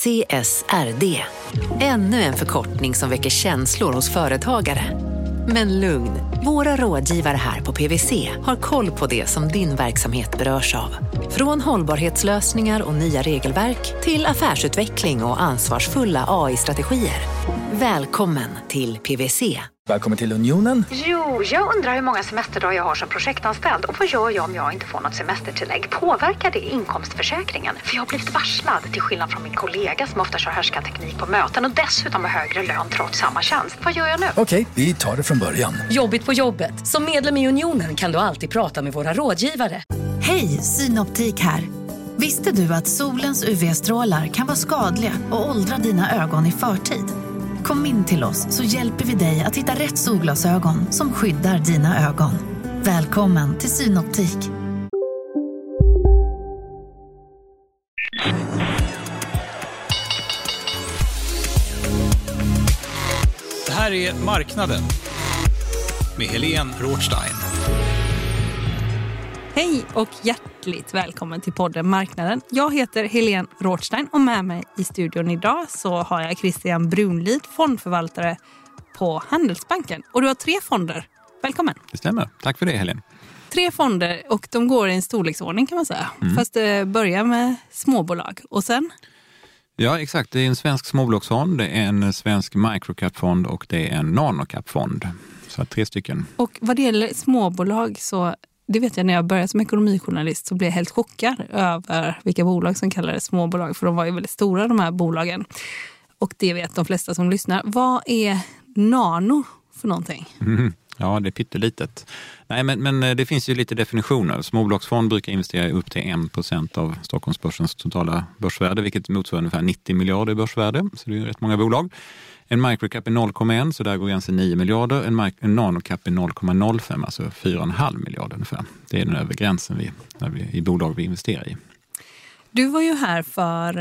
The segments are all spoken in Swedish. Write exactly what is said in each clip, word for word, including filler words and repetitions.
C S R D. Ännu en förkortning som väcker känslor hos företagare. Men lugn, våra rådgivare här på P W C har koll på det som din verksamhet berörs av. Från hållbarhetslösningar och nya regelverk till affärsutveckling och ansvarsfulla A I-strategier. Välkommen till P W C. Välkommen till Unionen. Jo, jag undrar hur många semesterdagar jag har som projektanställd. Och vad gör jag om jag inte får något semestertillägg? Påverkar det inkomstförsäkringen? För jag har blivit varslad, till skillnad från min kollega som ofta kör härskarteknik på möten och dessutom har högre lön trots samma tjänst. Vad gör jag nu? Okej, vi tar det från början. Jobbigt på jobbet. Som medlem i Unionen kan du alltid prata med våra rådgivare. Hej, Synoptik här. Visste du att solens U V-strålar kan vara skadliga och åldra dina ögon i förtid? Kom in till oss så hjälper vi dig att hitta rätt solglasögon som skyddar dina ögon. Välkommen till Synoptik. Det här är Marknaden med Helene Rothstein. Hej och hjärtligt välkommen till podden Marknaden. Jag heter Helene Rothstein och med mig i studion idag så har jag Christian Brunlid, fondförvaltare på Handelsbanken. Och du har tre fonder. Välkommen. Det stämmer. Tack för det, Helene. Tre fonder och de går i en storleksordning kan man säga. Mm. Fast det börjar med småbolag. Och sen? Ja, exakt. Det är en svensk småbolagsfond, det är en svensk microcap-fond och det är en nanocap-fond. Så tre stycken. Och vad det gäller småbolag så... Det vet jag när jag började som ekonomijournalist så blev jag helt chockad över vilka bolag som kallades småbolag. För de var ju väldigt stora de här bolagen. Och det vet de flesta som lyssnar. Vad är nano för någonting? Mm, ja, det är pyttelitet. Nej, men, men det finns ju lite definitioner. Småbolagsfond brukar investera upp till en procent av Stockholmsbörsens totala börsvärde. Vilket motsvarar ungefär nittio miljarder i börsvärde. Så det är ju rätt många bolag. En microcap är noll komma ett, så där går gränsen nio miljarder. En, mic- en nanocap är noll komma noll fem, alltså fyra komma fem miljarder ungefär. Det är den övre gränsen vi, när vi, i bolag vi investerar i. Du var ju här för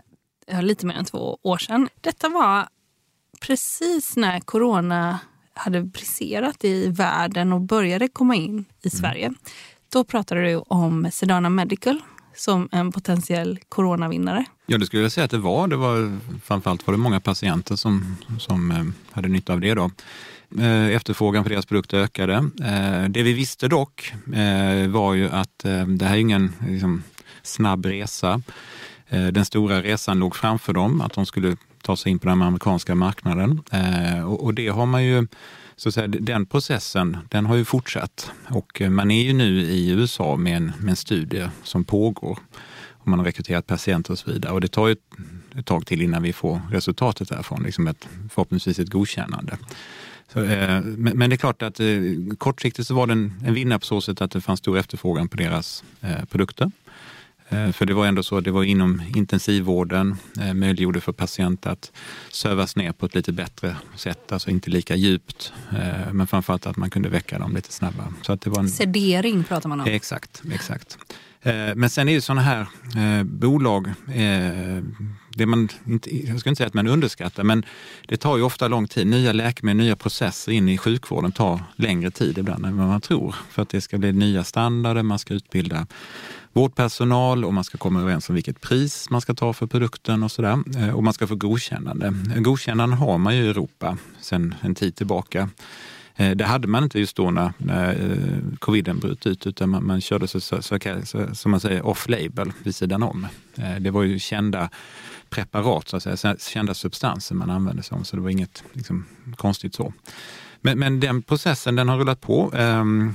eh, lite mer än två år sedan. Detta var precis när corona hade briserat i världen och började komma in i Sverige. Mm. Då pratade du om Sedana Medical som en potentiell coronavinnare. Ja, det skulle jag säga att det var. Det var framförallt var det många patienter som, som eh, hade nytta av det då. Eh, efterfrågan för deras produkter ökade. Eh, det vi visste dock eh, var ju att eh, det här är ingen liksom, snabb resa. Eh, den stora resan låg framför dem, att de skulle ta sig in på den amerikanska marknaden. Eh, och, och det har man ju... Så att säga, den processen, den har ju fortsatt och man är ju nu i U S A med en, med en studie som pågår och man har rekryterat patienter och så vidare och det tar ju ett, ett tag till innan vi får resultatet därifrån, liksom ett, förhoppningsvis ett godkännande. Så, eh, men, men det är klart att eh, kortsiktigt så var det en, en vinnare på så sätt att det fanns stor efterfrågan på deras eh, produkter. För det var ändå så, det var inom intensivvården, eh, möjliggjorde för patienter att sövas ner på ett lite bättre sätt, alltså inte lika djupt, eh, men framförallt att man kunde väcka dem lite snabbare. Så att det var en... Sedering pratar man om. Exakt, exakt. Eh, men sen är ju sådana här eh, bolag, eh, det man inte, jag ska inte säga att man underskattar, men det tar ju ofta lång tid. Nya läkemedel, nya processer in i sjukvården tar längre tid ibland än vad man tror. För att det ska bli nya standarder, man ska utbilda vårdpersonal och man ska komma överens om vilket pris man ska ta för produkten och sådär. Och man ska få godkännande. Godkännande har man ju i Europa sedan en tid tillbaka. Det hade man inte just då när, när coviden bröt ut, utan man, man körde så, så, så, så, som man säger off-label vid sidan om. Det var ju kända preparat, så att säga, kända substanser man använde sig om, så det var inget liksom, konstigt så. Men, men den processen, den har rullat på. Um,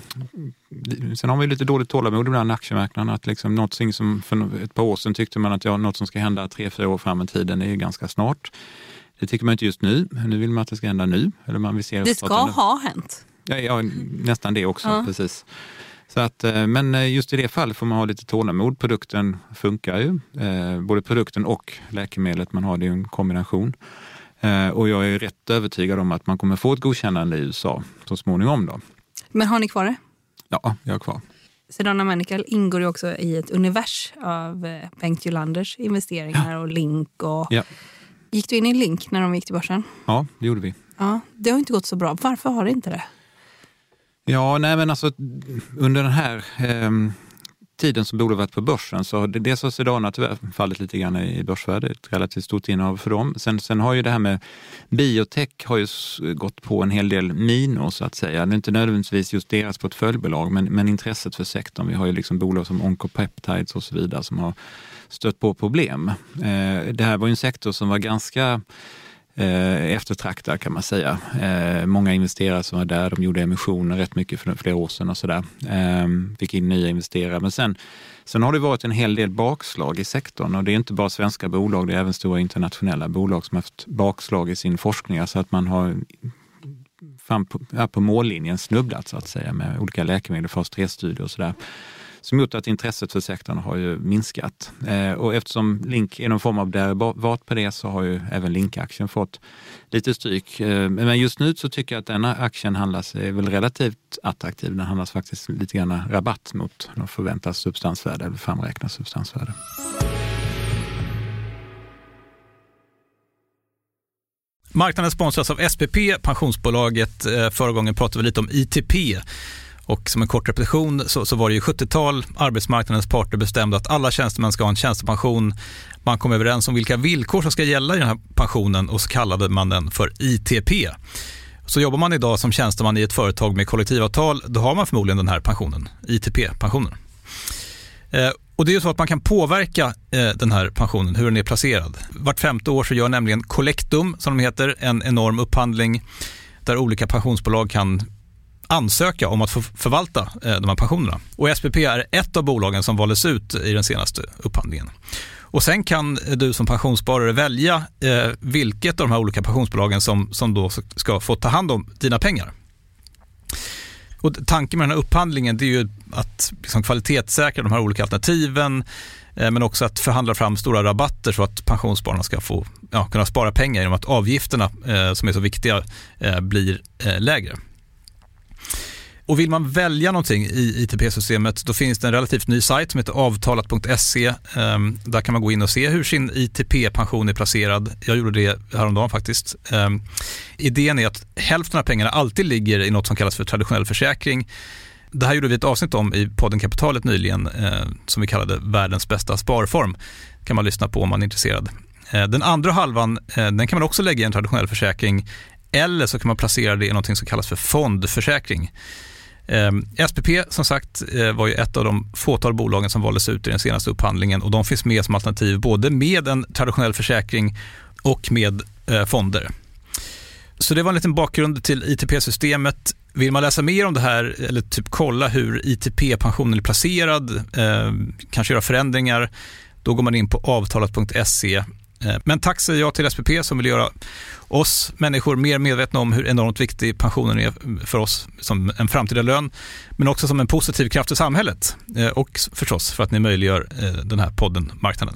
sen har vi lite dåligt tålamod ibland i aktiemarknaden. Att liksom något som för ett par år sedan tyckte man att ja, något som ska hända tre, fyra år fram i tiden är ganska snart. Det tycker man inte just nu. Nu vill man att det ska hända nu. Eller man vill se det ska ha hänt. Ja, ja, nästan det också, ja. Precis. Så att, men just i det fallet får man ha lite tålamod. Produkten funkar ju. Både produkten och läkemedlet man har, det är ju en kombination. Och jag är rätt övertygad om att man kommer få ett godkännande i U S A så småningom då. Men har ni kvar det? Ja, jag är kvar. Sedana Medical ingår ju också i ett univers av Bengt Jolanders investeringar ja. och Link. Och... Ja. Gick du in i Link när de gick till börsen? Ja, det gjorde vi. Ja, det har inte gått så bra. Varför har det inte det? Ja, nej men alltså under den här... Eh, tiden som bolaget varit på börsen så det, det så Sedana tyvärr fallit lite grann i börsvärde, ett relativt stort innehav för dem. Sen, sen har ju det här med biotech har ju gått på en hel del minor så att säga. Det är inte nödvändigtvis just deras portföljbolag men, men intresset för sektorn. Vi har ju liksom bolag som Oncopeptides och så vidare som har stött på problem. Eh, det här var ju en sektor som var ganska eh, eftertraktad kan man säga. Eh, många investerare som var där, de gjorde emissioner rätt mycket för flera år sedan och sådär. Eh, fick in nya investerare. Men sen, sen har det varit en hel del bakslag i sektorn och det är inte bara svenska bolag, det är även stora internationella bolag som har haft bakslag i sin forskning. Så att man har fram på, ja, på mållinjen snubblat så att säga med olika läkemedel, fas tre-studier och sådär. Som gjort att intresset för sektorn har ju minskat. Eh, och eftersom Link är någon form av derivat på det så har ju även Link-aktien fått lite stryk. Eh, men just nu så tycker jag att denna aktien handlas är väl relativt attraktiv. Den handlas faktiskt lite grann rabatt mot någon förväntas substansvärde eller framräknat substansvärde. Marknaden sponsras av S P P, pensionsbolaget. Förra gången pratade vi lite om I T P. Och som en kort repetition så, så var det ju sjuttiotal arbetsmarknadens parter bestämde att alla tjänstemän ska ha en tjänstepension. Man kom överens om vilka villkor som ska gälla i den här pensionen och så kallade man den för I T P. Så jobbar man idag som tjänsteman i ett företag med kollektivavtal, då har man förmodligen den här pensionen, I T P-pensionen. Eh, och det är ju så att man kan påverka eh, den här pensionen, hur den är placerad. Vart femte år så gör nämligen Collectum, som de heter, en enorm upphandling där olika pensionsbolag kan ansöka om att få förvalta eh, de här pensionerna. Och S P P är ett av bolagen som valdes ut i den senaste upphandlingen. Och sen kan du som pensionssparare välja eh, vilket av de här olika pensionsbolagen som, som då ska få ta hand om dina pengar. Och tanken med den här upphandlingen det är ju att liksom kvalitetssäkra de här olika alternativen eh, men också att förhandla fram stora rabatter så att pensionsspararna ska få ja, kunna spara pengar genom att avgifterna eh, som är så viktiga eh, blir eh, lägre. Och vill man välja någonting i I T P-systemet då finns det en relativt ny sajt som heter avtalat punkt se. Um, där kan man gå in och se hur sin I T P-pension är placerad. Jag gjorde det häromdagen faktiskt. Um, idén är att hälften av pengarna alltid ligger i något som kallas för traditionell försäkring. Det här gjorde vi ett avsnitt om i podden Kapitalet nyligen uh, som vi kallade världens bästa sparform. Kan man lyssna på om man är intresserad. Uh, den andra halvan uh, den kan man också lägga i en traditionell försäkring eller så kan man placera det i något som kallas för fondförsäkring. Eh, S P P som sagt eh, var ju ett av de fåtal bolagen som valdes ut i den senaste upphandlingen och de finns med som alternativ både med en traditionell försäkring och med eh, fonder. Så det var en liten bakgrund till I T P-systemet. Vill man läsa mer om det här eller typ kolla hur I T P-pensionen är placerad, eh, kanske göra förändringar, då går man in på avtalat punkt se. Men tack säger jag till S P P som vill göra oss människor mer medvetna om hur enormt viktig pensionen är för oss som en framtida lön, men också som en positiv kraft i samhället och förstås för att ni möjliggör den här podden Marknaden.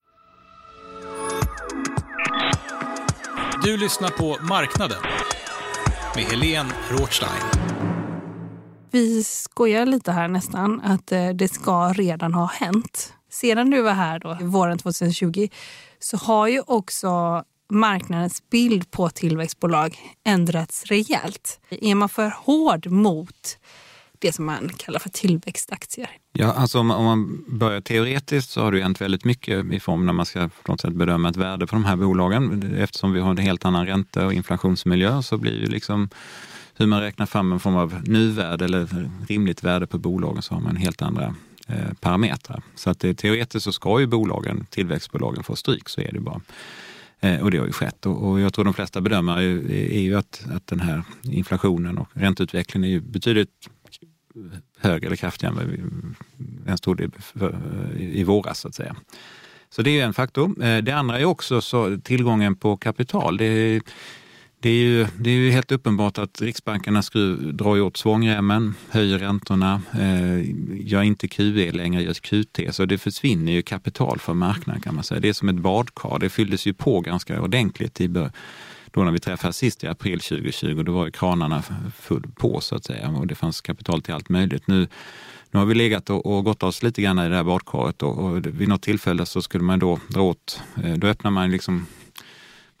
Du lyssnar på Marknaden med Helene Rothstein. Vi skojar lite här nästan att det ska redan ha hänt. Sedan du var här då, våren tjugo tjugo, så har ju också marknadens bild på tillväxtbolag ändrats rejält. Är man för hård mot det som man kallar för tillväxtaktier? Ja, alltså om, om man börjar teoretiskt så har det ju hänt väldigt mycket i form när man ska på något sätt bedöma ett värde på de här bolagen. Eftersom vi har en helt annan ränte- och inflationsmiljö så blir ju liksom hur man räknar fram en form av nuvärde eller rimligt värde på bolagen så har man helt andra eh, parametrar. Så att det, teoretiskt så ska ju bolagen, tillväxtbolagen få stryk, så är det bara. Eh, och det har ju skett. Och, och jag tror de flesta bedömare är, är ju att, att den här inflationen och ränteutvecklingen är ju betydligt högre eller kraftigare än en stor del i våras så att säga. Så det är ju en faktor. Eh, det andra är också så tillgången på kapital. Det är Det är, ju, det är ju helt uppenbart att riksbankerna skruv, drar åt svångremmen, höjer räntorna, eh, gör inte Q E längre, gör Q T. Så det försvinner ju kapital för marknaden kan man säga. Det är som ett badkar. Det fylldes ju på ganska ordentligt i, då när vi träffades sist i april tjugo tjugo. Då var ju kranarna full på så att säga och det fanns kapital till allt möjligt. Nu, nu har vi legat och, och gått oss lite grann i det här badkaret och, och vid något tillfälle så skulle man då dra åt, då öppnar man liksom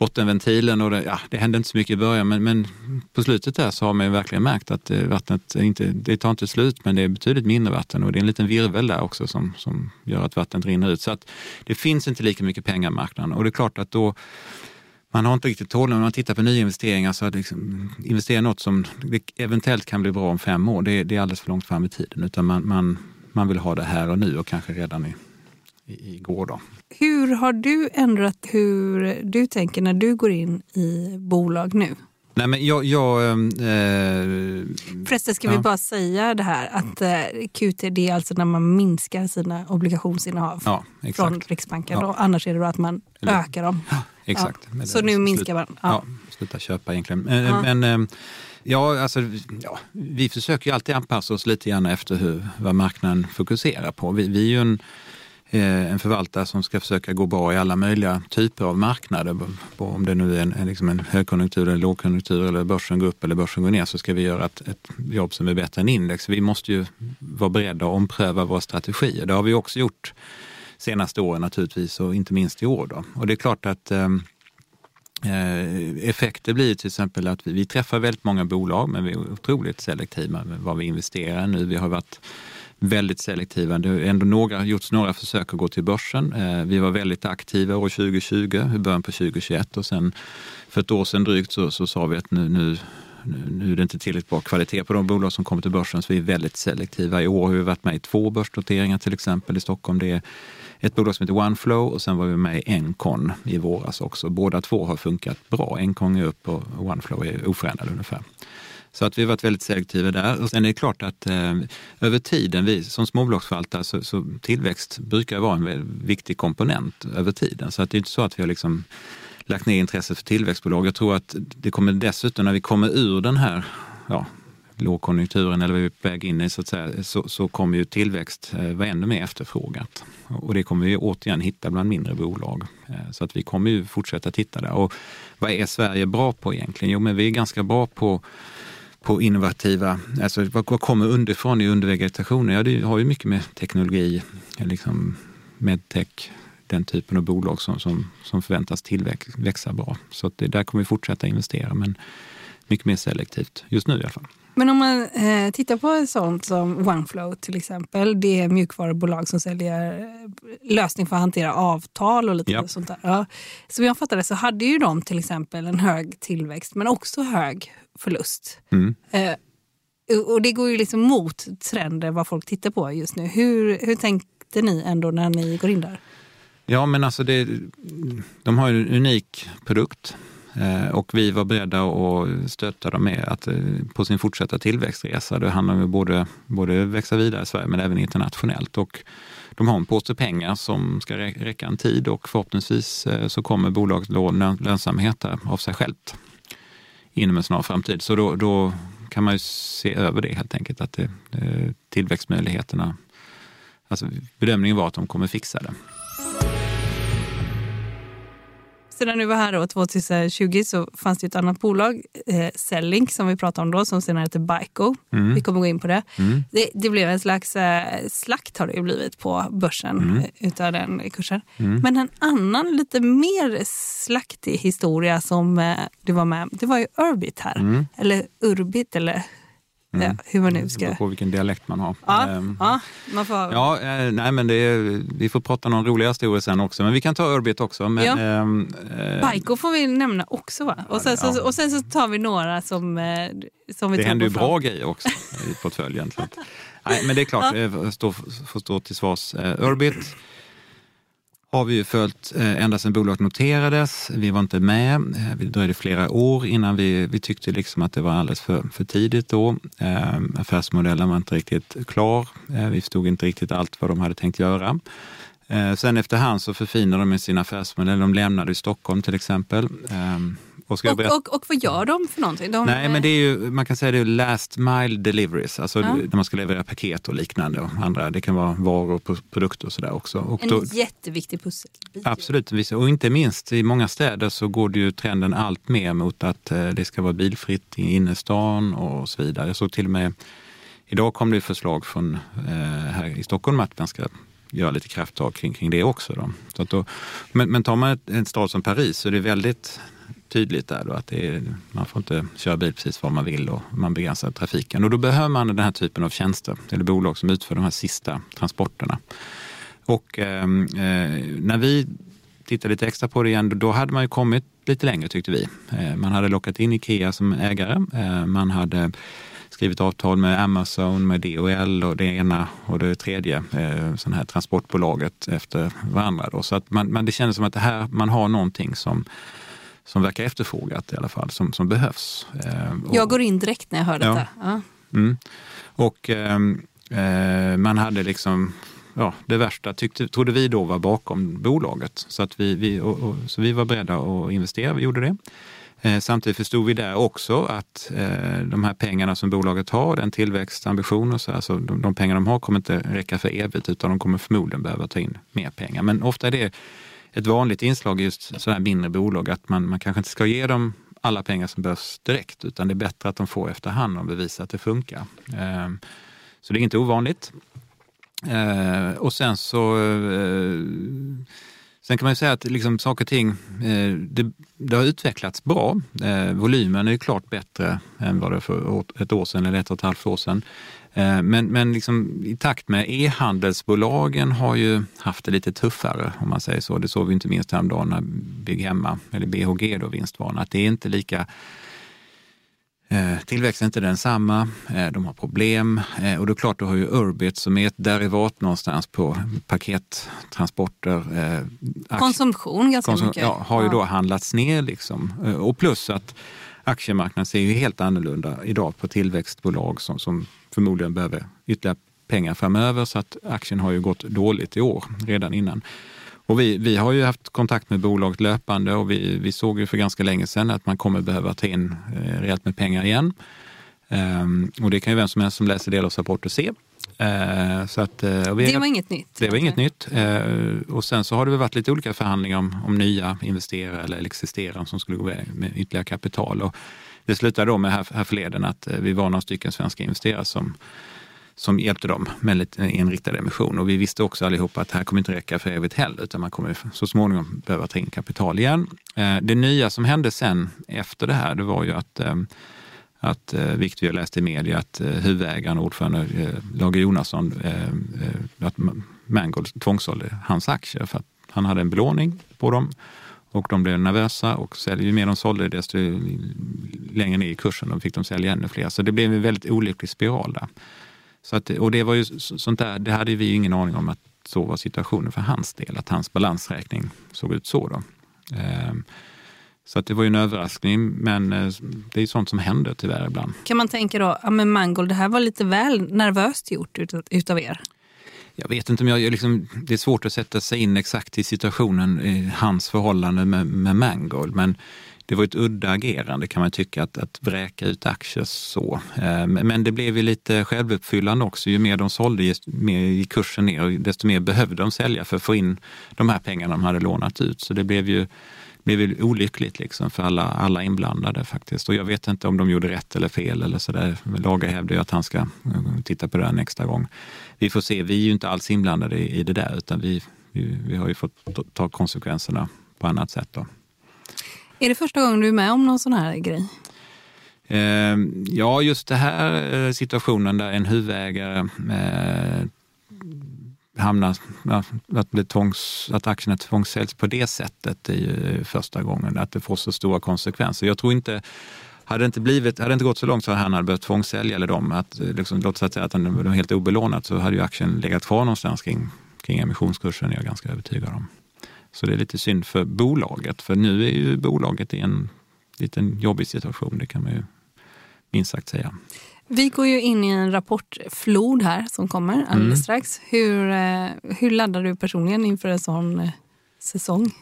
bottenventilen och det, ja, det hände inte så mycket i början, men, men på slutet där så har man ju verkligen märkt att vattnet inte, det tar inte slut, men det är betydligt mindre vatten och det är en liten virvel där också som, som gör att vattnet rinner ut. Så att det finns inte lika mycket pengar i marknaden och det är klart att då man har inte riktigt tålamod när man tittar på nya investeringar, så att liksom, investera något som eventuellt kan bli bra om fem år, det, det är alldeles för långt fram i tiden, utan man, man, man vill ha det här och nu och kanske redan i, i, igår då. Hur har du ändrat hur du tänker när du går in i bolag nu? Nej, men jag... jag eh, Förresten ska ja. vi bara säga det här att eh, Q T det är alltså när man minskar sina obligationsinnehav ja, från Riksbanken. Ja. Och annars är det då att man Eller, ökar dem. Ja, exakt. Ja. Så nu minskar man. Ja, ja sluta köpa egentligen. Men, ja. men ja, alltså, ja, vi försöker ju alltid anpassa oss lite grann efter hur, vad marknaden fokuserar på. Vi, vi är ju en en förvaltare som ska försöka gå bra i alla möjliga typer av marknader. Om det nu är en, liksom en högkonjunktur eller lågkonjunktur eller börsen går upp eller börsen går ner, så ska vi göra ett, ett jobb som är bättre än index. Vi måste ju vara beredda att ompröva våra strategier. Det har vi också gjort senaste åren naturligtvis och inte minst i år då. Och det är klart att eh, effekter blir till exempel att vi, vi träffar väldigt många bolag, men vi är otroligt selektiva med vad vi investerar nu. Vi har varit väldigt selektiva. Det har ändå några, gjorts några försök att gå till börsen. Eh, vi var väldigt aktiva år tjugo tjugo, i början på tjugo tjugoett och sen för ett år sedan drygt så, så sa vi att nu, nu, nu är det inte tillräckligt bra kvalitet på de bolag som kommer till börsen, så vi är väldigt selektiva. I år har vi varit med i två börsnoteringar till exempel i Stockholm. Det är ett bolag som heter OneFlow och sen var vi med i Encon i våras också. Båda två har funkat bra. Encon är upp och OneFlow är oförändrad ungefär. Så att vi har varit väldigt selektiva där. Och sen är det klart att eh, över tiden, vi som småbolagsförvaltare, så, så tillväxt brukar vara en viktig komponent över tiden. Så att det är inte så att vi har liksom lagt ner intresse för tillväxtbolag. Jag tror att det kommer dessutom, när vi kommer ur den här ja, lågkonjunkturen eller vi är på väg in i, så att säga, så, så kommer ju tillväxt eh, vara ännu mer efterfrågat. Och det kommer vi återigen hitta bland mindre bolag. Eh, så att vi kommer ju fortsätta titta där. Och vad är Sverige bra på egentligen? Jo, men vi är ganska bra på på innovativa, alltså vad kommer underifrån i undervegetationen? Ja, det har ju mycket med teknologi, liksom medtech, den typen av bolag som, som, som förväntas tillväxa bra. Så att det, där kommer vi fortsätta investera, men mycket mer selektivt just nu i alla fall. Men om man eh, tittar på ett sånt som OneFlow till exempel, det är mjukvarubolag som säljer lösning för att hantera avtal och lite ja. sånt där. Ja. Så jag fattar det, så hade ju de till exempel en hög tillväxt men också hög förlust. Mm. Eh, och det går ju liksom mot trender vad folk tittar på just nu. Hur, hur tänkte ni ändå när ni går in där? Ja, men alltså det, de har ju en unik produkt. Och vi var beredda att stötta dem med att på sin fortsatta tillväxtresa. Det handlar om både, både växa vidare i Sverige men även internationellt. Och de har en påse pengar som ska räcka en tid och förhoppningsvis så kommer bolaget nå lönsamhet av sig självt inom en snar framtid. Så då, då kan man ju se över det helt enkelt, att det, tillväxtmöjligheterna, alltså bedömningen var att de kommer fixa det. Sedan nu var här då, tjugohundratjugo, så fanns det ett annat bolag, eh, Sellink, som vi pratade om då, som senare heter BICO. Mm. Vi kommer gå in på det. Mm. det. Det blev en slags eh, slakt har det ju blivit på börsen mm. utav den kursen. Mm. Men en annan lite mer slaktig historia som eh, du var med, det var ju Urbit här. Mm. Eller Urbit, eller... Mm. Ja, hur man nu ska... Det på vilken dialekt man har. Ja, ähm, ja man får... Ja, eh, nej men det är, vi får prata någon rolig historia sen också. Men vi kan ta Urbit också. Men, ja. ähm, äh, BICO får vi nämna också, va? Och sen, ja. så, och sen så tar vi några som, eh, som vi det tar händer ju fram. bra grejer också i portföljen. Så att, nej, men det är klart, ja. jag står, får stå till svars. Uh, Urbit har vi ju följt eh, ända sedan bolaget noterades. Vi var inte med. Eh, vi dröjde flera år innan vi, vi tyckte liksom att det var alldeles för, för tidigt då. Eh, affärsmodellen var inte riktigt klar. Eh, vi förstod inte riktigt allt vad de hade tänkt göra. Eh, sen efterhand så förfinade de med sin affärsmodell. De lämnade i Stockholm till exempel. Eh, och, ska och, jag och, och vad gör de för någonting? De, Nej, men det är ju, man kan säga det är last mile deliveries. Alltså ja. när man ska leverera paket och liknande. Och andra, det kan vara varor och produkter och sådär också. Och en då, jätteviktig pusselbit. Absolut, och inte minst i många städer så går det ju trenden allt mer mot att det ska vara bilfritt i innerstan och så vidare. Så till och med idag kom det förslag från eh, här i Stockholm att man ska göra lite krafttag kring, kring det också. Då. Så att då, men, men tar man ett, en stad som Paris så är det väldigt tydligt där då att det är, man får inte köra bil precis var man vill och man begränsar trafiken. Och då behöver man den här typen av tjänster eller bolag som utför de här sista transporterna. Och eh, när vi tittade lite extra på det igen, då hade man ju kommit lite längre tyckte vi. Eh, man hade lockat in IKEA som ägare. Eh, man hade skrivit avtal med Amazon, med D H L och det ena och det tredje eh, sån här transportbolaget efter varandra. Då. Så att man, man, det kändes som att det här, man har någonting som, som verkar efterfrågat i alla fall, som, som behövs. Eh, och, Jag går in direkt när jag hör detta. Ja. Ja. Mm. Och eh, eh, man hade liksom, ja, det värsta tyckte, trodde vi då var bakom bolaget. Så, att vi, vi, och, och, så vi var beredda att investera, vi gjorde det. Eh, samtidigt förstod vi där också att eh, de här pengarna som bolaget har, den tillväxtambition och så, alltså de, de pengar de har kommer inte räcka för evigt utan de kommer förmodligen behöva ta in mer pengar. Men ofta är det ett vanligt inslag i just sådana här mindre bolag att man, man kanske inte ska ge dem alla pengar som behövs direkt utan det är bättre att de får efterhand och bevisa att det funkar. Eh, så det är inte ovanligt. Eh, och sen så eh, sen kan man ju säga att liksom saker och ting eh, det, det har utvecklats bra. Eh, volymen är ju klart bättre än vad det för ett år sedan eller ett och ett halvt år sedan. Eh, men men liksom, i takt med e-handelsbolagen har ju haft det lite tuffare om man säger så. Det såg vi inte minst häromdagen när Bygghemma eller B H G då vinstvarna. Att det är inte lika tillväxten är inte densamma, de har problem och då är klart du har ju Urbit som är ett derivat någonstans på pakettransporter. Konsumtion ganska konsum- mycket. Ja, har ju då handlats ner liksom. Och plus att aktiemarknaden ser ju helt annorlunda idag på tillväxtbolag som, som förmodligen behöver ytterligare pengar framöver så att aktien har ju gått dåligt i år redan innan. Och vi, vi har ju haft kontakt med bolaget löpande och vi, vi såg ju för ganska länge sedan att man kommer behöva ta in eh, rejält med pengar igen. Um, och det kan ju vem som helst som läser delårsrapporter se. Uh, så att, uh, och vi det var har, inget nytt. Det var inget nytt. Uh, och sen så har det väl varit lite olika förhandlingar om, om nya investerare eller existerare som skulle gå iväg med ytterligare kapital. Och det slutade då med här, här förleden att uh, vi var några stycken svenska investerare som som hjälpte dem med lite inriktad emission. Och vi visste också allihopa att det här kommer inte räcka för evigt heller utan man kommer så småningom behöva ta in kapital igen. Det nya som hände sen efter det här det var ju att, att vilket vi har läst i media att huvudägaren och ordförande Lage Jonasson att Mangold tvångssålde hans aktier för att han hade en belåning på dem och de blev nervösa och säljer, ju mer de sålde desto längre ner i kursen de fick de sälja ännu fler. Så det blev en väldigt olycklig spiral där. Så att, och det var ju sånt där, det hade vi ju ingen aning om att så var situationen för hans del, att hans balansräkning såg ut så då. Ehm, så att det var ju en överraskning, men det är ju sånt som händer tyvärr ibland. Kan man tänka då, ja men Mangold, det här var lite väl nervöst gjort utav, utav er? Jag vet inte om jag, jag liksom, det är svårt att sätta sig in exakt i situationen, i hans förhållande med, med Mangold, men det var ett udda agerande kan man tycka att, att vräka ut aktier så. Men det blev ju lite självuppfyllande också. Ju mer de sålde, ju mer i kursen ner och desto mer behövde de sälja för att få in de här pengarna de hade lånat ut. Så det blev ju, blev ju olyckligt liksom för alla, alla inblandade faktiskt. Och jag vet inte om de gjorde rätt eller fel eller sådär. Lager hävdar ju att han ska titta på det här nästa gång. Vi får se, vi är ju inte alls inblandade i, i det där utan vi, vi, vi har ju fått ta konsekvenserna på annat sätt då. Är det första gången du är med om någon sån här grej? Eh, ja, just det här eh, situationen där en huvudägare eh, hamnar, att, bli tvångs, att aktierna tvångssäljs på det sättet är ju första gången, att det får så stora konsekvenser. Jag tror inte, hade det inte, blivit, hade det inte gått så långt så han hade behövt tvångssälja eller dem, att, liksom, låt säga att han var helt obelånat så hade ju aktien legat kvar någonstans kring, kring emissionskursen, är jag ganska övertygad om. Så det är lite synd för bolaget, för nu är ju bolaget i en liten jobbig situation, det kan man ju minst sagt säga. Vi går ju in i en rapportflod här som kommer alldeles mm. strax. Hur, hur laddar du personligen inför en sån säsong?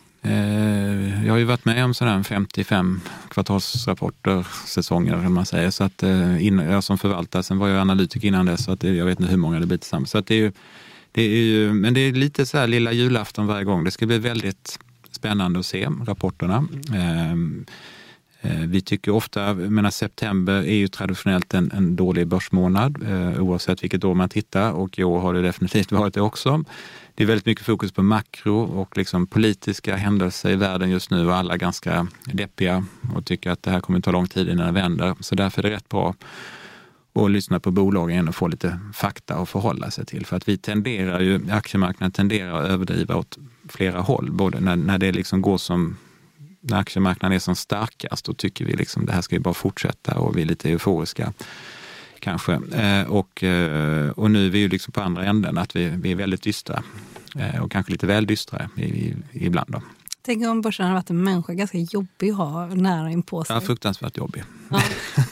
Eh, jag har ju varit med om sådär femtiofem kvartalsrapporter, säsonger kan man säga. Så att eh, in, jag som förvaltare, sen var jag analytiker innan dess, så att det, jag vet inte hur många det blir tillsammans. Så att det är ju Det är ju, men det är lite så här lilla julafton varje gång. Det ska bli väldigt spännande att se rapporterna. Eh, Vi tycker ofta, jag menar, september är ju traditionellt en, en dålig börsmånad eh, oavsett vilket år man tittar, och i år har det definitivt varit det också. Det är väldigt mycket fokus på makro och liksom politiska händelser i världen just nu, och alla ganska deppiga och tycker att det här kommer ta lång tid innan det vänder. Så därför är det rätt bra att lyssna på bolagen och få lite fakta att förhålla sig till. För att vi tenderar ju, aktiemarknaden tenderar att överdriva åt flera håll. Både när, när det liksom går som, när aktiemarknaden är som starkast, då tycker vi liksom det här ska ju bara fortsätta, och vi är lite euforiska kanske. Eh, och, eh, och nu är vi ju liksom på andra änden, att vi, vi är väldigt dystra eh, och kanske lite väl dystra i, i, ibland då. Tänk om börsen har varit en människa ganska jobbig att ha nära in på sig. Ja, fruktansvärt jobbig. Ja.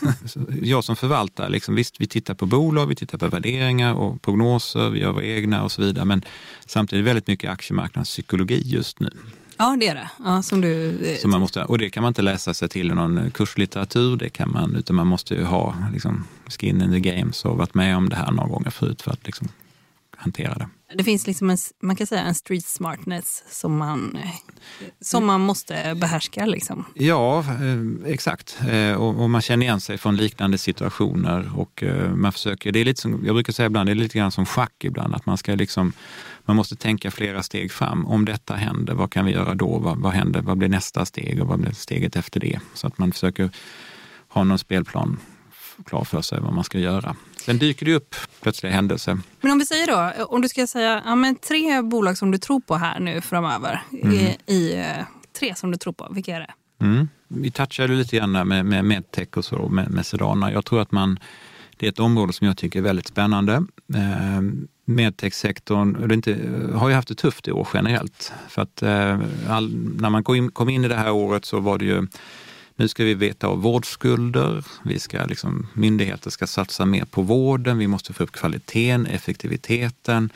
Jag som förvaltar, liksom, visst vi tittar på bolag, vi tittar på värderingar och prognoser, vi gör våra egna och så vidare, men samtidigt väldigt mycket aktiemarknadspsykologi just nu. Ja, det är det. Ja, som du... Som man måste, och det kan man inte läsa sig till i någon kurslitteratur, det kan man, utan man måste ju ha liksom, skin in the game, och varit med om det här några gånger förut för att liksom, hantera det. Det finns liksom en, man kan säga en street smartness som man, som man måste behärska liksom. Ja, eh, exakt. Eh, och, och man känner igen sig från liknande situationer, och eh, man försöker, det är lite som, jag brukar säga ibland, det är lite grann som schack ibland, att man ska liksom, man måste tänka flera steg fram. Om detta händer, vad kan vi göra då? Vad, vad händer? Vad blir nästa steg och vad blir steget efter det? Så att man försöker ha någon spelplan klar för sig vad man ska göra. Sen dyker det upp plötsliga händelser. Men om vi säger då, om du ska säga ja, men tre bolag som du tror på här nu framöver, mm. i, i tre som du tror på, vilka är det? Mm. Vi touchade lite grann med, med medtech och så, med, med Sedana. Jag tror att man, det är ett område som jag tycker är väldigt spännande. Eh, medtech-sektorn det inte, har ju haft det tufft i år generellt. För att eh, all, när man kom in, kom in i det här året så var det ju, nu ska vi veta av vårdskulder, vi ska liksom, myndigheter ska satsa mer på vården, vi måste få upp kvaliteten, effektiviteten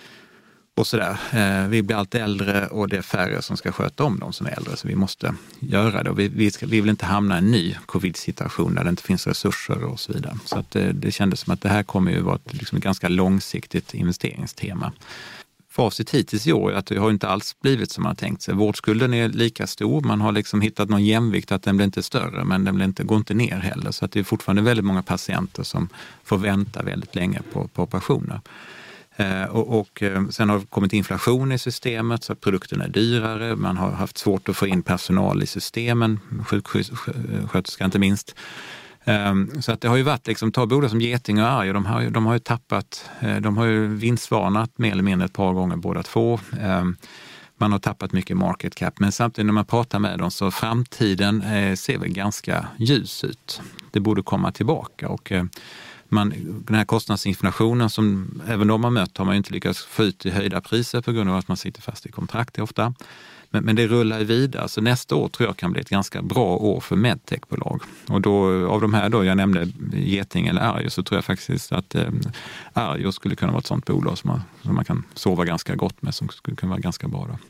och sådär. Eh, vi blir allt äldre och det är färre som ska sköta om de som är äldre, så vi måste göra det. Och vi, vi, ska, vi vill inte hamna i en ny covid-situation där det inte finns resurser och så vidare. Så att det, det kändes som att det här kommer ju vara ett, liksom ett ganska långsiktigt investeringstema. Facit hittills i år är att det har inte alls blivit som man har tänkt sig. Vårdskulden är lika stor, man har liksom hittat någon jämvikt att den blir inte större, men den blir inte, går inte ner heller. Så att det är fortfarande väldigt många patienter som får vänta väldigt länge på, på operationer. Eh, och, och sen har det kommit inflation i systemet så att produkterna är dyrare, man har haft svårt att få in personal i systemen, sjuksköterska inte minst. Så att det har ju varit, liksom, ta bolag som Geting och Arjo, de har ju, de har ju tappat, de har ju vinstvarnat mer eller mindre ett par gånger båda två. Man har tappat mycket market cap, men samtidigt när man pratar med dem så framtiden ser väl ganska ljus ut. Det borde komma tillbaka, och man, den här kostnadsinflationen som även de har mött har man ju inte lyckats få ut i höjda priser på grund av att man sitter fast i kontrakt ofta. Men, men det rullar ju vidare, så nästa år tror jag kan bli ett ganska bra år för medtechbolag. Och då, av de här då, jag nämnde Geting eller Arjo, så tror jag faktiskt att eh, Arjo skulle kunna vara ett sånt bolag som man, som man kan sova ganska gott med, som skulle kunna vara ganska bra då.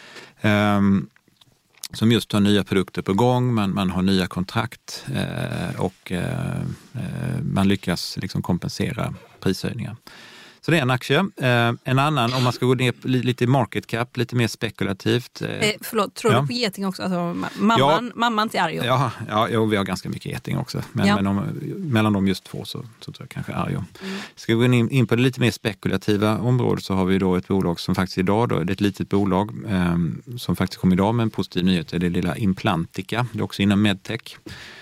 Um, som just har nya produkter på gång, man, man har nya kontrakt eh, och eh, man lyckas liksom kompensera prishöjningar. Så det är en aktie. Eh, en annan, om man ska gå ner lite i market cap, lite mer spekulativt. Eh, eh, förlåt, tror ja. du på Geting också? Alltså, mamman, ja. mamman till Arjo? Ja, ja, ja, vi har ganska mycket Geting också. Men, ja. men om, mellan de just två så, så tror jag kanske Arjo. Mm. Ska vi gå in, in på det lite mer spekulativa området, så har vi då ett bolag som faktiskt idag, då, det är ett litet bolag eh, som faktiskt kom idag med en positiv nyhet. Det är det lilla Implantica, det är också inom medtech.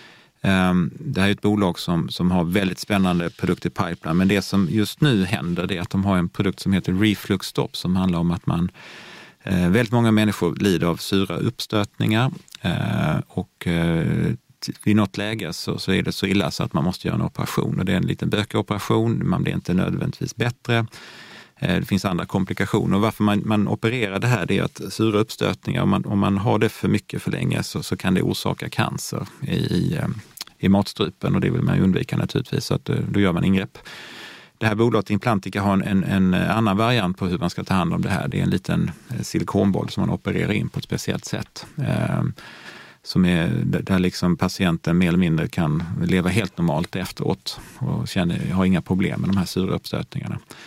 Det här är ett bolag som, som har väldigt spännande produkter i pipeline, men det som just nu händer är att de har en produkt som heter Reflux Stop, som handlar om att man, eh, väldigt många människor lider av sura uppstötningar eh, och eh, vid något läge så, så är det så illa så att man måste göra en operation, och det är en liten bökoperation, man blir inte nödvändigtvis bättre. Det finns andra komplikationer, och varför man, man opererar det här, det är att sura uppstötningar, om man, om man har det för mycket för länge så, så kan det orsaka cancer i, i, i matstrupen, och det vill man ju undvika naturligtvis, så att då gör man ingrepp. Det här bolaget Implantica har en, en annan variant på hur man ska ta hand om det här. Det är en liten silikonboll som man opererar in på ett speciellt sätt. Eh, som är, där liksom patienten mer eller mindre kan leva helt normalt efteråt och känner, har inga problem med de här sura uppstötningarna.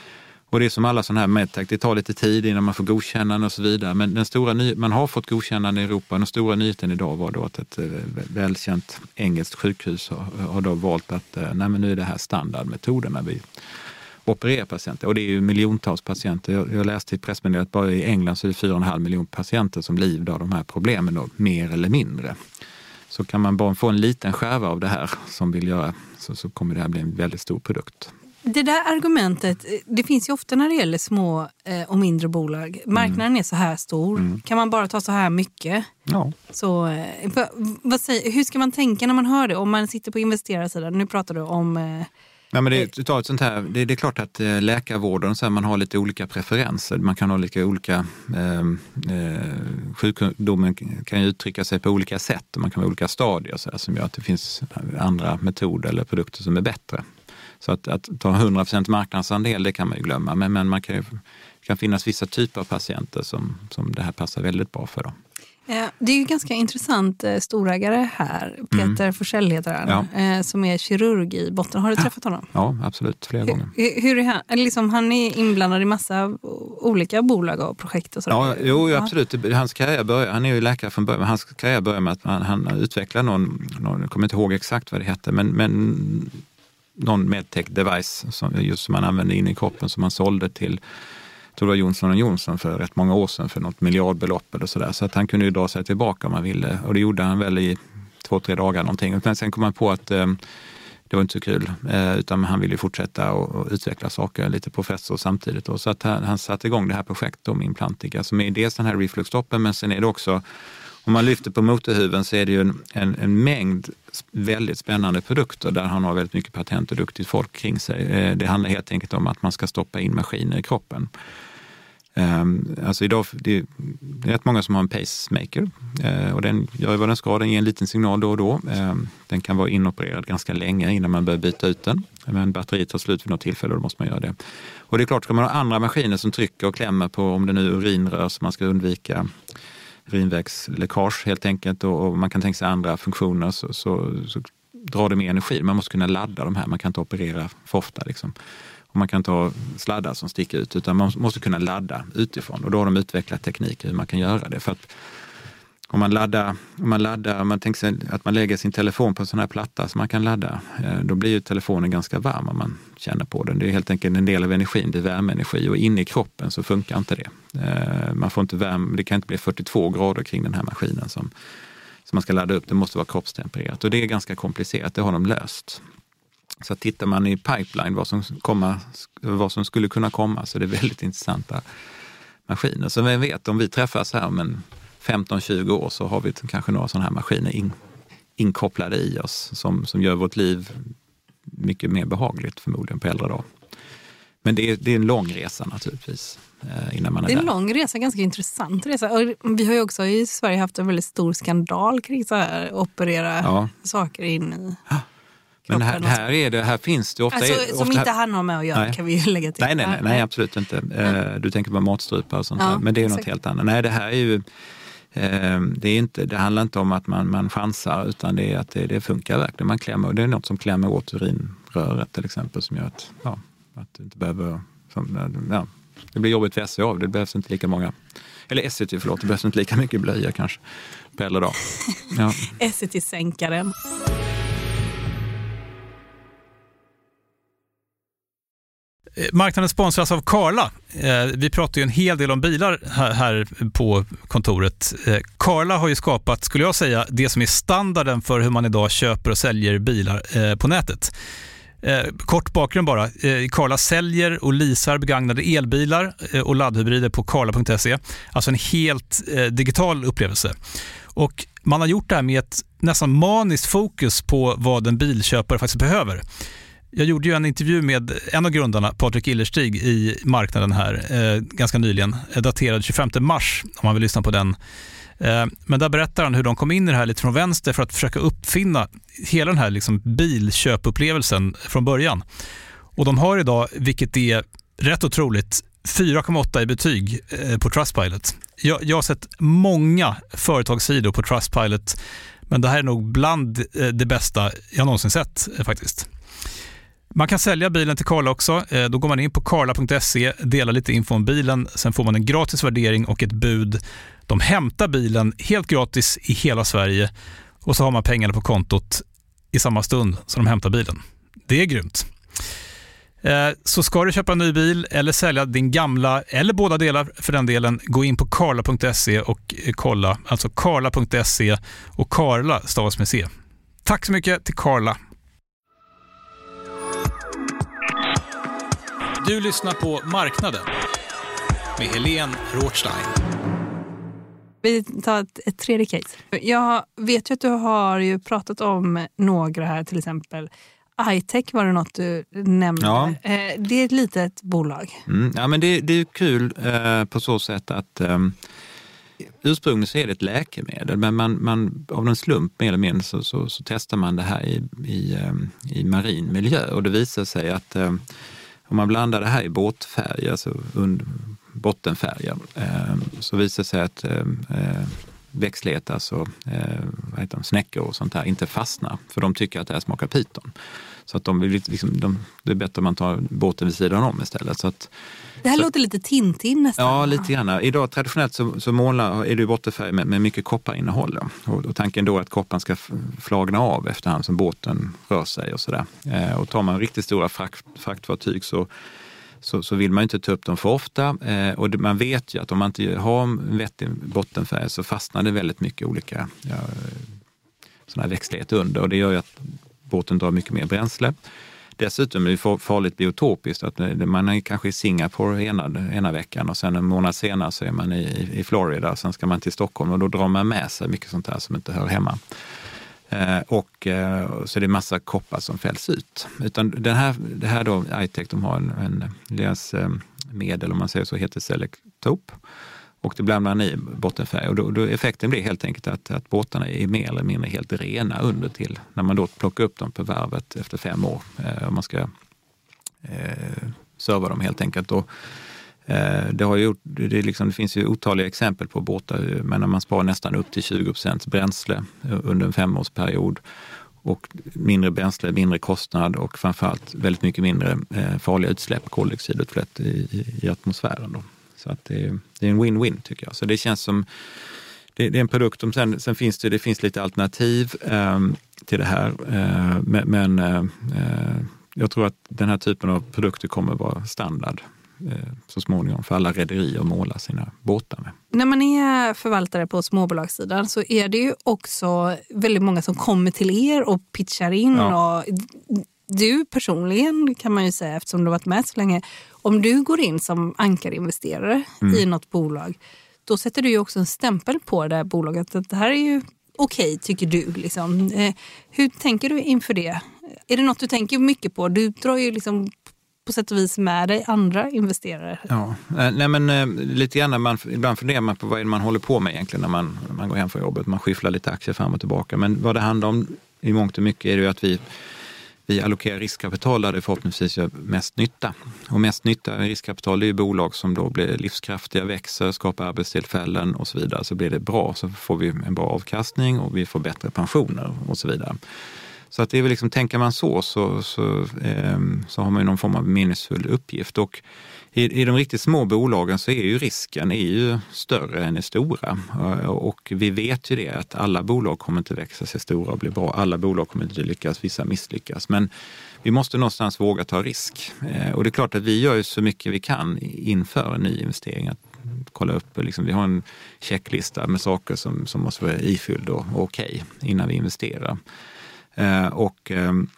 Och det är som alla sådana här medtech, det tar lite tid innan man får godkännande och så vidare. Men den stora ny- man har fått godkännande i Europa. Den stora nyheten idag var då att ett välkänt engelskt sjukhus har, har då valt att nej, men nu är det här standardmetoden när vi opererar patienter. Och det är ju miljontals patienter. Jag, jag läste i pressmeddelandet att bara i England så är det fyra och en halv miljon patienter som lider av de här problemen då, mer eller mindre. Så kan man bara få en liten skärva av det här som vill göra så, så kommer det här bli en väldigt stor produkt. Det där argumentet, det finns ju ofta när det gäller små eh, och mindre bolag. Marknaden mm. är så här stor. Mm. Kan man bara ta så här mycket? Ja. Så, eh, vad, vad säger, hur ska man tänka när man hör det? Om man sitter på investerarsidan, nu pratar du om... Eh, Ja, men det, ta ett sånt här, det, det är klart att eh, läkarvården, så här, man har lite olika preferenser. Man kan ha lite olika... Eh, eh, sjukdomen kan ju uttrycka sig på olika sätt. Man kan ha olika stadier så här, som gör att det finns andra metoder eller produkter som är bättre. Så att, att ta hundra procent marknadsandel, det kan man ju glömma. Men, men man kan ju, kan finnas vissa typer av patienter som, som det här passar väldigt bra för. Då. Ja, det är ju ganska intressant storägare här. Peter mm. Forsell heter han, ja. som är kirurg i botten. Har du träffat honom? Ja, absolut. Flera gånger. Hur, hur är han? Liksom, han är inblandad i massa olika bolag och projekt och sådär. Ja, jo, absolut. Hans karriär börjar, han är ju läkare från början, men hans karriär börjar med att han, han utvecklar någon, någon, jag kommer inte ihåg exakt vad det hette, men, men någon medtech device som, just som man använde in i kroppen som man sålde till tror det var Johnson och Johnson för rätt många år sedan för något miljardbelopp eller sådär. Så att han kunde ju dra sig tillbaka om man ville. Och det gjorde han väl i två, tre dagar någonting. Men sen kom man på att eh, det var inte så kul. Eh, utan han ville fortsätta och, och utveckla saker, lite professor samtidigt. Då. Så att han, han satte igång det här projektet om Implantica som är dels den här refluxstoppen, men sen är det också, om man lyfter på motorhuven så är det ju en, en, en mängd väldigt spännande produkter där han har väldigt mycket patent och duktigt folk kring sig. Eh, det handlar helt enkelt om att man ska stoppa in maskiner i kroppen. Um, alltså idag, det, det är rätt många som har en pacemaker uh, och den gör vad den ska, den ger en liten signal då och då. Um, den kan vara inopererad ganska länge innan man börjar byta ut den. Men batteriet tar slut vid något tillfälle och då måste man göra det. Och det är klart, ska man ha andra maskiner som trycker och klämmer på, om det nu är urinrör så man ska undvika urinvägsläckage helt enkelt, och, och man kan tänka sig andra funktioner så, så, så drar det mer energi. Man måste kunna ladda de här, man kan inte operera för ofta liksom. Man kan ta sladdar som sticker ut, utan man måste kunna ladda utifrån. Och då har de utvecklat tekniker hur man kan göra det. För att om man laddar, om man laddar, om man tänker sig att man lägger sin telefon på en sån här platta som man kan ladda, då blir ju telefonen ganska varm om man känner på den. Det är helt enkelt en del av energin, det är värmeenergi, och inne i kroppen så funkar inte det. Man får inte värme, det kan inte bli fyrtiotvå grader kring den här maskinen som, som man ska ladda upp. Det måste vara kroppstempererat och det är ganska komplicerat, det har de löst. Så tittar man i pipeline vad som, komma, vad som skulle kunna komma, så det är väldigt intressanta maskiner. Så vem vet, om vi träffas här om en femton tjugo år så har vi kanske några sådana här maskiner in, inkopplade i oss som, som gör vårt liv mycket mer behagligt förmodligen på äldre dag. Men det är, det är en lång resa naturligtvis. Innan man är det är en där. lång resa, ganska intressant resa. Och vi har ju också i Sverige haft en väldigt stor skandal kring så här, operera ja. saker in i... Ja. Men här, här, är det, här finns det ofta... Alltså, är, som ofta inte han har med att göra, nej. kan vi ju lägga till. Nej, nej, nej, nej absolut inte. Mm. Du tänker på matstrupar och sånt ja, där. Men det är ju något helt annat. Nej, det här är ju... Det, är inte, det handlar inte om att man, man chansar, utan det är att det, det funkar verkligen. Man klämmer, det är något som klämmer åt urinröret till exempel, som gör att, ja, att du inte behöver... Som, ja, det blir jobbigt för S C A, det behövs inte lika många... Eller S C T, förlåt, det behövs inte lika mycket blöja kanske på äldre dag. Ja. S C T-sänkaren. Marknaden sponsras av Carla. Vi pratar ju en hel del om bilar här på kontoret. Carla har ju skapat, skulle jag säga, det som är standarden för hur man idag köper och säljer bilar på nätet. Kort bakgrund bara. Carla säljer och leasar begagnade elbilar och laddhybrider på carla punkt se. Alltså en helt digital upplevelse. Och man har gjort det här med ett nästan maniskt fokus på vad en bilköpare faktiskt behöver. Jag gjorde ju en intervju med en av grundarna, Patrik Illerstig, i marknaden här eh, ganska nyligen, daterad tjugofemte mars om man vill lyssna på den. Eh, men där berättar han hur de kom in i det här lite från vänster för att försöka uppfinna hela den här liksom bilköpupplevelsen från början. Och de har idag, vilket är rätt otroligt, fyra komma åtta i betyg eh, på Trustpilot. Jag, jag har sett många företagssidor på Trustpilot, men det här är nog bland eh, det bästa jag någonsin sett eh, faktiskt. Man kan sälja bilen till Carla också. Då går man in på carla punkt se, delar lite info om bilen. Sen får man en gratis värdering och ett bud. De hämtar bilen helt gratis i hela Sverige. Och så har man pengarna på kontot i samma stund som de hämtar bilen. Det är grymt. Så ska du köpa en ny bil eller sälja din gamla, eller båda delar för den delen, gå in på carla punkt se och kolla. Alltså carla punkt se och Carla stavas med C. Tack så mycket till Carla. Du lyssnar på Marknaden med Helene Rothstein. Vi tar ett, ett tredje case. Jag vet ju att du har ju pratat om några här, till exempel iTech var det något du nämnde. Ja. Det är ett litet bolag. Mm, ja, men det, det är kul eh, på så sätt att eh, ursprungligen så är det ett läkemedel, men man, man, av någon slump mer eller mindre så, så, så testar man det här i, i, i marin miljö, och det visar sig att eh, om man blandar det här i båtfärger, alltså under bottenfärger, eh, så visar det sig att eh, växtlighet, alltså eh, vad heter de, snäckor och sånt här, inte fastnar, för de tycker att det här smakar piton. Så att de vill liksom, de, det är bättre att man tar båten vid sidan om istället. Så att, det här så, låter lite Tintin nästan. Ja, lite grann. Idag traditionellt så, så målar, är det ju bottenfärg med, med mycket kopparinnehåll. Och, och tanken då är att kopparn ska flagna av efterhand som båten rör sig och sådär. Eh, och tar man riktigt stora frakt, fraktfartyg så Så, så vill man inte ta upp dem för ofta, eh, och det, man vet ju att om man inte har en vettig bottenfärg så fastnar det väldigt mycket olika ja, såna här växtlighet under, och det gör ju att båten drar mycket mer bränsle. Dessutom är det farligt biotopiskt att man är kanske i Singapore ena, ena veckan och sen en månad senare så är man i, i Florida och sen ska man till Stockholm, och då drar man med sig mycket sånt här som inte hör hemma. Eh, och eh, så är det massa koppar som fälls ut. Utan den här, det här då, iTech, de har en, en deras eh, medel, om man säger så, heter Selektope, och det blandar man i bottenfärg, och då, då effekten blir helt enkelt att, att båtarna är mer eller mindre helt rena under till när man då plockar upp dem på varvet efter fem år, eh, om man ska eh, serva dem helt enkelt. Och Det, har gjort, det, liksom, det finns ju otaliga exempel på båtar, men när man sparar nästan upp till tjugo procent bränsle under en femårsperiod, och mindre bränsle, mindre kostnad och framförallt väldigt mycket mindre eh, farliga utsläpp, koldioxidutsläpp i, i, i atmosfären. Då. Så att det, det är en win-win tycker jag. Så det känns som, det, det är en produkt som sen, sen finns det, det finns lite alternativ eh, till det här, eh, men, men eh, jag tror att den här typen av produkter kommer vara standard så småningom för alla rederier att måla sina båtar med. När man är förvaltare på småbolagssidan så är det ju också väldigt många som kommer till er och pitchar in. Ja. Och du personligen kan man ju säga, eftersom du har varit med så länge, om du går in som ankarinvesterare mm. i något bolag, då sätter du ju också en stämpel på det här bolaget att det här är ju okej, tycker du. Liksom. Hur tänker du inför det? Är det något du tänker mycket på? Du drar ju liksom på sätt och vis med dig andra investerare. Ja, nej men eh, lite grann, man, ibland funderar man på vad man håller på med egentligen när man, när man går hem från jobbet. Man skifflar lite aktier fram och tillbaka. Men vad det handlar om i mångt och mycket är det ju att vi, vi allokerar riskkapital där det förhoppningsvis gör mest nytta. Och mest nytta i riskkapital är ju bolag som då blir livskraftiga, växer, skapar arbetstillfällen och så vidare. Så blir det bra, så får vi en bra avkastning och vi får bättre pensioner och så vidare. Så att det är väl liksom, tänker man så så, så, eh, så har man ju någon form av meningsfull uppgift. Och i, i de riktigt små bolagen så är ju risken är ju större än i stora. Och vi vet ju det att alla bolag kommer inte växa sig stora och bli bra. Alla bolag kommer inte lyckas, vissa misslyckas. Men vi måste någonstans våga ta risk. Eh, och det är klart att vi gör ju så mycket vi kan inför en ny investering. Att kolla upp, liksom, vi har en checklista med saker som, som måste vara ifylld och okej innan vi investerar. Uh, och um,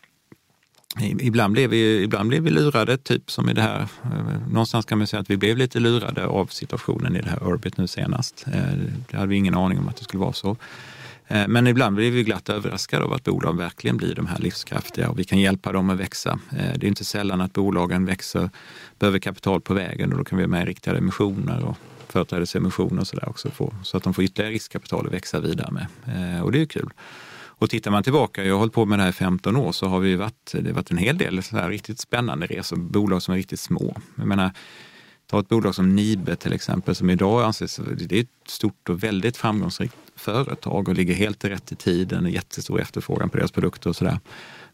ibland, blev vi, ibland blev vi lurade, typ som i det här. Uh, någonstans kan man säga att vi blev lite lurade av situationen i det här Orbit nu senast. Uh, det hade vi ingen aning om att det skulle vara så. Uh, men ibland blev vi glatt överraskade av att bolag verkligen blir de här livskraftiga och vi kan hjälpa dem att växa. Uh, det är inte sällan att bolagen växer, behöver kapital på vägen, och då kan vi med riktade emissioner och företrädesemissioner och sådär också få, så att de får ytterligare riskkapital att växa vidare med. Uh, och det är ju kul. Och tittar man tillbaka, jag har hållit på med det här i femton år, så har vi varit, det har varit en hel del så här riktigt spännande resor, bolag som är riktigt små. Jag menar, ta ett bolag som Nibe till exempel, som idag anses, det är ett stort och väldigt framgångsrikt företag och ligger helt rätt i tiden, en jättestor efterfrågan på deras produkter och sådär.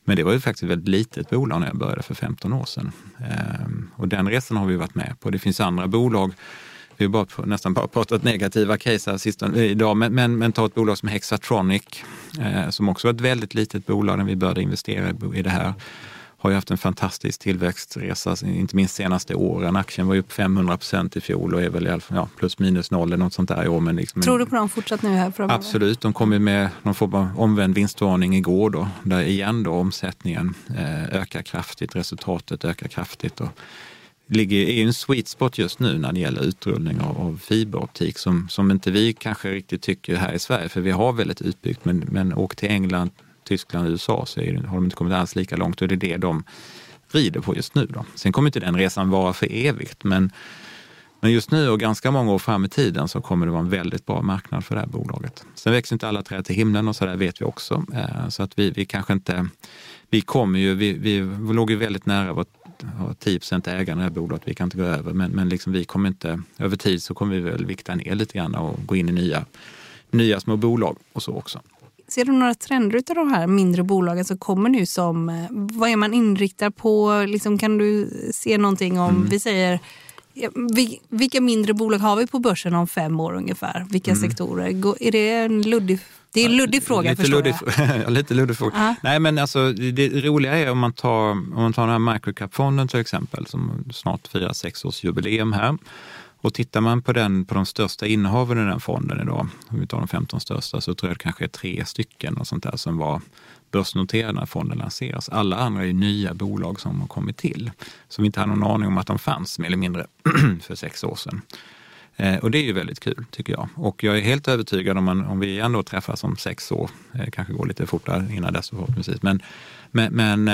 Men det var ju faktiskt ett väldigt litet bolag när jag började för femton år sedan. Ehm, och den resan har vi varit med på. Det finns andra bolag, vi har bara, nästan bara pratat negativa case här sista, idag, men, men, men ta ett bolag som Hexatronic, eh, som också var ett väldigt litet bolag när vi började investera i det här. Har ju haft en fantastisk tillväxtresa, inte minst senaste åren. Aktien var ju upp femhundra procent i fjol och är väl i alla fall, ja, plus minus noll eller något sånt där i år. Men liksom, tror du på dem fortsatt nu här framöver? Absolut, de kom ju med någon form av omvänd vinstvarning igår då, där igen då omsättningen eh, ökar kraftigt, resultatet ökar kraftigt och ligger i en sweet spot just nu när det gäller utrullning av, av fiberoptik som, som inte vi kanske riktigt tycker här i Sverige, för vi har väldigt utbyggt, men, men åk till England, Tyskland och U S A så är, har de inte kommit alls lika långt och det är det de rider på just nu då. Sen kommer inte den resan vara för evigt, men, men just nu och ganska många år fram i tiden så kommer det vara en väldigt bra marknad för det här bolaget. Sen växer inte alla träd till himlen och så där vet vi också. Så att vi, vi kanske inte, vi kommer ju, vi, vi låg ju väldigt nära vårt tio procent ägande i det här bolaget, vi kan inte gå över, men, men liksom vi kommer inte, över tid så kommer vi väl vikta ner lite grann och gå in i nya, nya små bolag och så också. Ser du några trender utav de här mindre bolagen som kommer nu som, vad är man inriktad på? Liksom, kan du se någonting om, mm. vi säger, vilka mindre bolag har vi på börsen om fem år ungefär? Vilka mm. sektorer? Är det en luddig, det är en luddig ja, fråga, lite förstår luddig, jag. Lite luddig fråga. Uh-huh. Nej, men alltså det roliga är om man tar, om man tar den här microcap-fonden till exempel, som snart firar sex års jubileum här. Och tittar man på, den, på de största innehaven i den fonden idag, om vi tar de femton största, så tror jag det kanske är tre stycken och sånt där som var börsnoterade när fonden lanseras. Alla andra är ju nya bolag som har kommit till, som vi inte hade någon aning om att de fanns mer eller mindre för sex år sedan. Eh, och det är ju väldigt kul tycker jag. Och jag är helt övertygad om, man, om vi ändå träffas om sex år, eh, kanske går lite fortare innan dess förhoppningsvis, men Men, men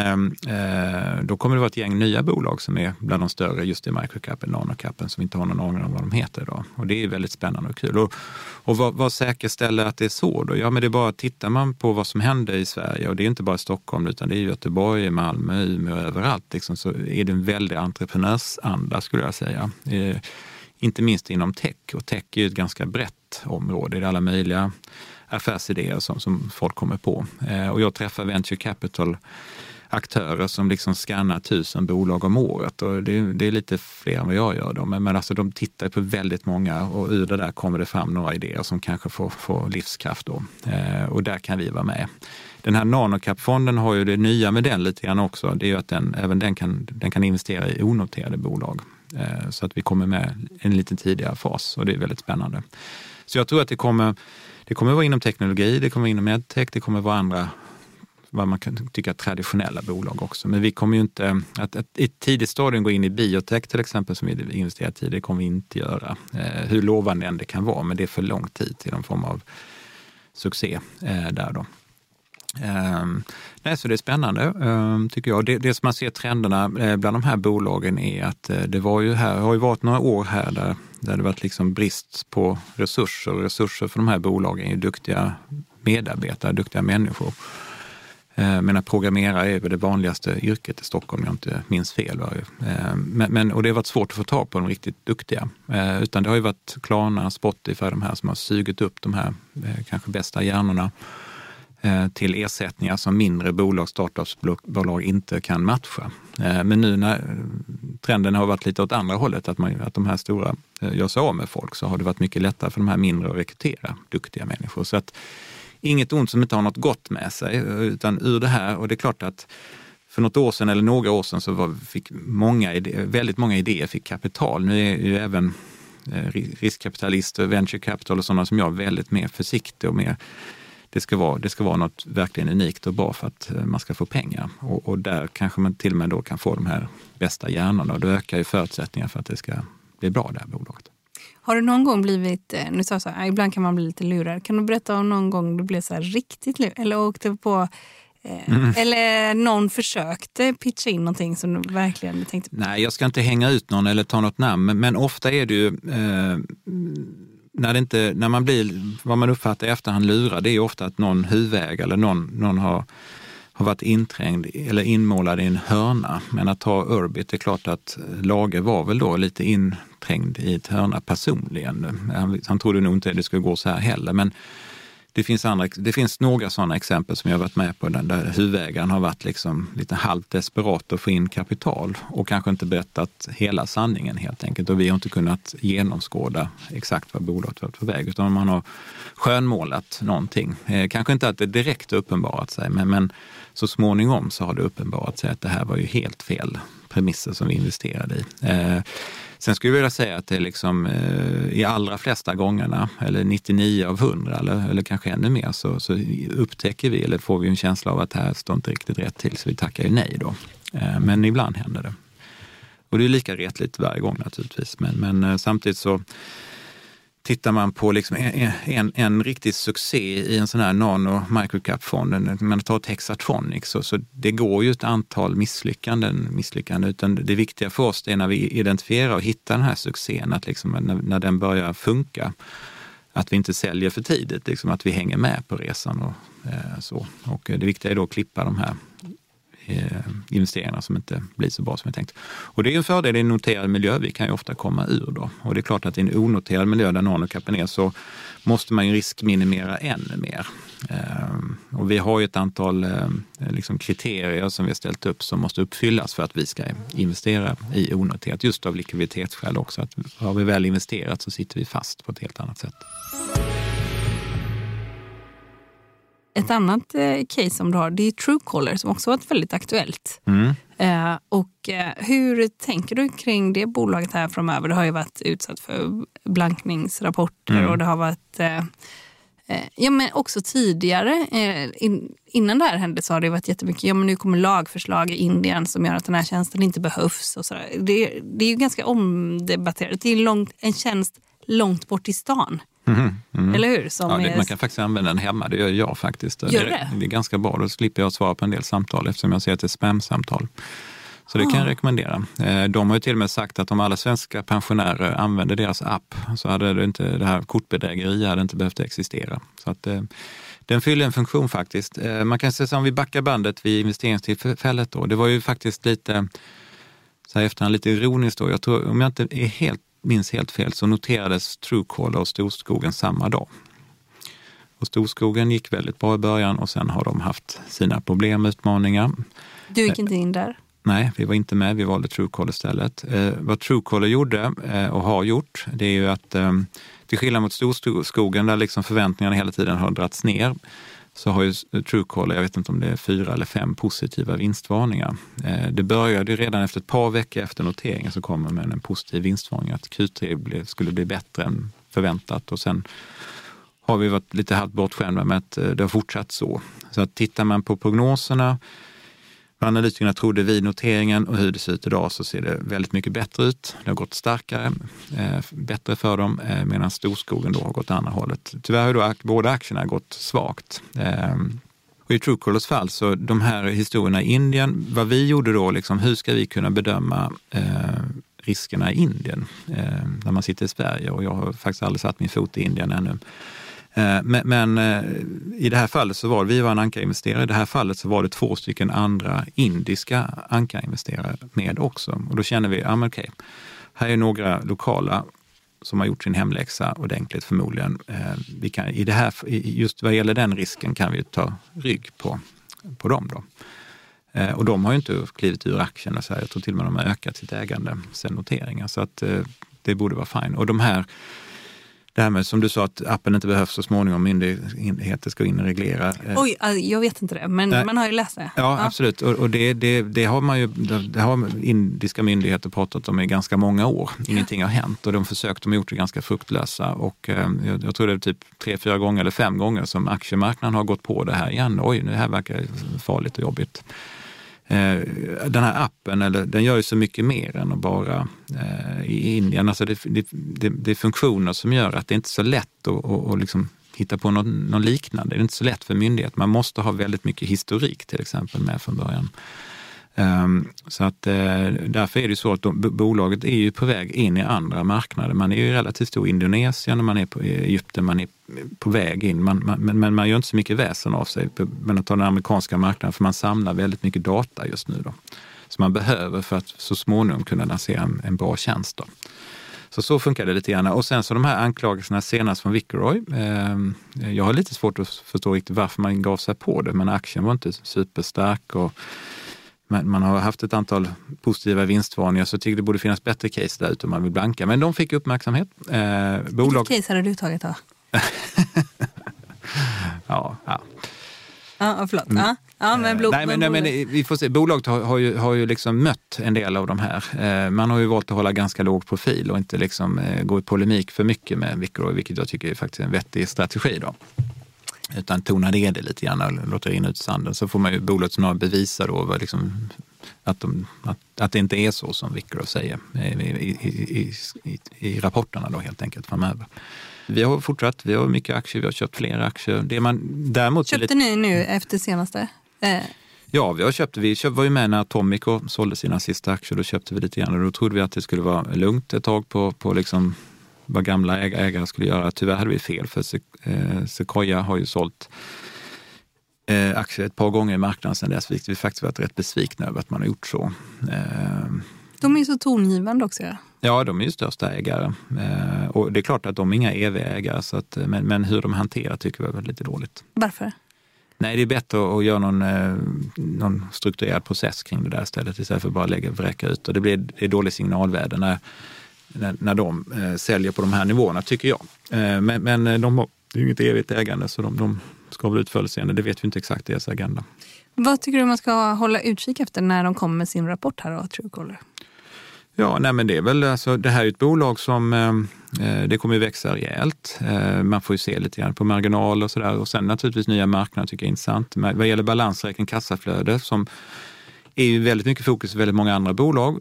eh, då kommer det vara ett gäng nya bolag som är bland de större just i microcapen, nanocapen, som vi inte har någon aning om vad de heter då. Och det är väldigt spännande och kul. Och, och vad, vad säkerställer att det är så då? Ja, men det är bara, tittar man på vad som händer i Sverige, och det är inte bara Stockholm utan det är Göteborg, Malmö, Umeå, överallt liksom, så är det en väldig entreprenörsanda skulle jag säga. Eh, inte minst inom tech, och tech är ju ett ganska brett område, det är alla möjliga affärsidéer som, som folk kommer på. Eh, och jag träffar venture capital-aktörer som liksom skannar tusen bolag om året. Och det, det är lite fler än vad jag gör då. Men, men alltså de tittar på väldigt många och ur det där kommer det fram några idéer som kanske får, får livskraft då. Eh, och där kan vi vara med. Den här nanocap-fonden har ju det nya med den lite grann också. Det är ju att den, även den kan, den kan investera i onoterade bolag. Eh, så att vi kommer med en lite tidigare fas och det är väldigt spännande. Så jag tror att det kommer Det kommer vara inom teknologi, det kommer vara inom medtech, det kommer vara andra, vad man kan tycka, traditionella bolag också. Men vi kommer ju inte, att, att i ett tidigt stadium gå in i biotech till exempel som vi investerat i, det kommer vi inte göra. Eh, hur lovande än det kan vara, men det är för lång tid till någon form av succé eh, där då. Um, nej, så det är spännande um, tycker jag. Det, det som man ser trenderna eh, bland de här bolagen är att eh, det var ju här, har ju varit några år här där, där det varit liksom brist på resurser. Och resurser för de här bolagen är ju duktiga medarbetare, duktiga människor. Eh, men att programmera är väl det vanligaste yrket i Stockholm, jag inte minns fel. Eh, men, men, och det har varit svårt att få tag på de riktigt duktiga. Eh, utan det har ju varit Klarna, Spotify, de här som har sugit upp de här eh, kanske bästa hjärnorna till ersättningar som mindre bolag, startupsbolag inte kan matcha. Men nu när trenden har varit lite åt andra hållet, att, man, att de här stora gör sig av med folk, så har det varit mycket lättare för de här mindre att rekrytera duktiga människor. Så att inget ont som inte har något gott med sig, utan ur det här, och det är klart att för något år sedan eller några år sedan så var, fick många idéer, väldigt många idéer fick kapital. Nu är ju även riskkapitalister, venture capital och sådana som jag väldigt mer försiktiga och mer Det ska, vara, det ska vara något verkligen unikt och bra för att man ska få pengar. Och, och där kanske man till och med då kan få de här bästa hjärnorna. Och då ökar ju förutsättningar för att det ska bli bra det här bolaget. Har du någon gång blivit, nu sa jag så här, ibland kan man bli lite lurad. Kan du berätta om någon gång du blev så här riktigt lurad? Eller åkte på, eh, mm. eller någon försökte pitcha in någonting som du verkligen tänkte på? Nej, jag ska inte hänga ut någon eller ta något namn. Men, men ofta är det ju... Eh, När, det inte, när man blir, vad man uppfattar i efterhand lurad, det är ju ofta att någon huvudägare eller någon, någon har, har varit inträngd eller inmålad i en hörna. Men att ta Urbit, det är klart att Lage var väl då lite inträngd i ett hörna personligen. Han, han trodde nog inte att det skulle gå så här heller. Men Det finns, andra, det finns några sådana exempel som jag har varit med på där huvudägaren har varit liksom lite halvt desperat att få in kapital och kanske inte berättat hela sanningen helt enkelt. Och vi har inte kunnat genomskåda exakt vad bolaget varit på väg, utan man har skönmålat någonting. Eh, kanske inte att det direkt uppenbarat sig, men, men så småningom så har det uppenbarat sig att det här var ju helt fel premisser som vi investerade i. Eh, Sen skulle jag vilja säga att det är liksom eh, i allra flesta gångerna, eller nittionio av hundra eller, eller kanske ännu mer, så, så upptäcker vi eller får vi en känsla av att det här står inte riktigt rätt till, så vi tackar ju nej då. Eh, men ibland händer det. Och det är lika retligt varje gång naturligtvis. Men, men eh, samtidigt så tittar man på liksom en, en, en riktig succé i en sån här nano microcap-fond, man tar Hexatronic, så, så det går ju ett antal misslyckanden, misslyckanden, utan det viktiga för oss är när vi identifierar och hittar den här succén, att liksom när, när den börjar funka, att vi inte säljer för tidigt, liksom att vi hänger med på resan och eh, så. Och det viktiga är då att klippa de här investeringar som inte blir så bra som jag tänkt. Och det är en fördel i en noterad miljö, vi kan ju ofta komma ur då. Och det är klart att i en onoterad miljö där nanocapen är, så måste man ju riskminimera ännu mer. Och vi har ju ett antal liksom kriterier som vi har ställt upp som måste uppfyllas för att vi ska investera i onoterat, just av likviditetsskäl också. Att har vi väl investerat så sitter vi fast på ett helt annat sätt. Ett annat eh, case som du har, det är Truecaller som också varit väldigt aktuellt. Mm. Eh, och eh, hur tänker du kring det bolaget här framöver? Det har ju varit utsatt för blankningsrapporter mm. och det har varit, eh, eh, ja men också tidigare, eh, in, innan det här hände så har det varit jättemycket, ja men nu kommer lagförslag i Indien som gör att den här tjänsten inte behövs och sådär. Det, det är ju ganska omdebatterat, det är långt, en tjänst långt bort i stan. Mm, mm. Eller hur? Som ja, det, är... Man kan faktiskt använda den hemma, det gör jag faktiskt. Gör det? Det, det är ganska bra, då slipper jag svara på en del samtal eftersom jag ser att det är spam-samtal. Så det ah. kan jag rekommendera. De har ju till och med sagt att om alla svenska pensionärer använder deras app så hade det inte, det här kortbedrägeri hade inte behövt existera. Så att den fyller en funktion faktiskt. Man kan säga så om vi backar bandet vid investeringstillfället då. Det var ju faktiskt lite, så här efterhand lite ironiskt då. Jag tror, om jag inte är helt minns helt fel, så noterades Truecaller och Storskogen samma dag. Och Storskogen gick väldigt bra i början och sen har de haft sina problem och utmaningar. Du gick inte in där? Nej, vi var inte med. Vi valde Truecaller istället. Eh, vad Truecaller gjorde eh, och har gjort, det är ju att eh, till skillnad mot Storskogen där liksom förväntningarna hela tiden har dragits ner, så har ju Truecaller, jag vet inte om det är fyra eller fem positiva vinstvarningar. Eh, det började redan efter ett par veckor efter noteringen, så kommer med en positiv vinstvarning att Q tre skulle bli bättre än förväntat, och sen har vi varit lite halvt bortskämda med att det har fortsatt så. Så att tittar man på prognoserna, vad analytikerna trodde vid noteringen och hur det ser ut idag, så ser det väldigt mycket bättre ut. Det har gått starkare, eh, bättre för dem, eh, medan Storskogen då har gått andra hållet. Tyvärr har då båda aktierna gått svagt. Eh, och i Truecallers fall, så de här historierna i Indien, vad vi gjorde då, liksom, hur ska vi kunna bedöma eh, riskerna i Indien eh, när man sitter i Sverige, och jag har faktiskt aldrig satt min fot i Indien ännu. Men, men i det här fallet så var det, vi var en ankarinvesterare, i det här fallet så var det två stycken andra indiska ankarinvesterare med också. Och då känner vi, ja men okej, här är några lokala som har gjort sin hemläxa ordentligt förmodligen. Vi kan, i det här, just vad gäller den risken kan vi ta rygg på, på dem då. Och de har ju inte klivit ur aktierna, så här. Jag tror till och med de har ökat sitt ägande sen noteringar, så att det borde vara fine. Och de här Det här med, som du sa, att appen inte behövs så småningom, myndigheter ska in och reglera. Oj, jag vet inte det, men äh, man har ju läst det. Ja, ja. Absolut. Och, och det, det, det har man ju, det har indiska myndigheter pratat om i ganska många år. Ingenting har hänt, och de försök de har gjort är ganska fruktlösa. Och eh, jag, jag tror det är typ tre, fyra gånger eller fem gånger som aktiemarknaden har gått på det här igen. Oj, det här verkar farligt och jobbigt. Den här appen, eller, den gör ju så mycket mer än att bara eh, i Indien. Alltså det, det, det, det är funktioner som gör att det inte är så lätt att, att, att liksom hitta på någon, någon liknande. Det är inte så lätt för myndighet. Man måste ha väldigt mycket historik till exempel med från början. Um, så att uh, därför är det så att de, bolaget är ju på väg in i andra marknader. Man är ju relativt stor i Indonesien, man är på Egypten, man är på väg in. Man, man, men, men man gör inte så mycket väsen av sig med att ta den amerikanska marknaden, för man samlar väldigt mycket data just nu då. Som man behöver för att så småningom kunna lansera en, en bra tjänst då. Så så funkar det lite grann. Och sen så de här anklagelserna senast från Viceroy. Eh, jag har lite svårt att förstå riktigt varför man gav sig på det, men aktien var inte superstark och man har haft ett antal positiva vinstvarningar, så jag tycker det borde finnas bättre case där ute om man vill blanka. Men de fick uppmärksamhet. Eh, bolag... Vilket case hade du tagit då? ja, ja. Ja, förlåt. Ja, ja, men blod, nej, men, nej, men vi får se. Bolaget har, har, ju, har ju liksom mött en del av de här. Eh, man har ju valt att hålla ganska låg profil och inte liksom, eh, gå i polemik för mycket med Viceroy, vilket jag tycker är faktiskt en vettig strategi då. Utan tona ner det lite grann och låta in ut sanden. Så får man ju bolaget snarare bevisa då liksom, att, de, att, att det inte är så som Viceroy säger i, i, i, i, i rapporterna då helt enkelt framöver. Vi har fortsatt, vi har mycket aktier, vi har köpt flera aktier. Det man däremot köpte lite... ni nu efter senaste? Eh. Ja, vi har köpt, vi köpt, var ju med när Atomico sålde sina sista aktier, då köpte vi lite grann och då trodde vi att det skulle vara lugnt ett tag på, på liksom vad gamla ägare skulle göra. Tyvärr hade vi fel, för Sequoia har ju sålt eh, aktier ett par gånger i marknaden sedan dess, vilket vi faktiskt varit rätt besvikna över att man har gjort så. Eh, de är ju så tongivande också. Ja, ja de är ju största ägare. Eh, och det är klart att de är inga eviga ägare, så att, men, men hur de hanterar tycker vi är lite dåligt. Varför? Nej, det är bättre att göra någon, eh, någon strukturerad process kring det där stället istället för att bara lägga vräka ut. Och det blir det är dålig signalvärde när När, när de eh, säljer på de här nivåerna, tycker jag. Eh, men men de har, det är ju inget evigt ägande, så de, de ska väl ut förutseende. Det vet vi inte exakt deras agenda. Vad tycker du man ska hålla utkik efter när de kommer med sin rapport här då, Truecaller? Ja, nej men det är väl, alltså, det här är ett bolag som eh, det kommer ju växa rejält. Eh, man får ju se lite grann på marginal och sådär. Och sen naturligtvis nya marknader tycker jag är intressant. Men vad gäller balansräkning, kassaflöde, som är ju väldigt mycket fokus i väldigt många andra bolag.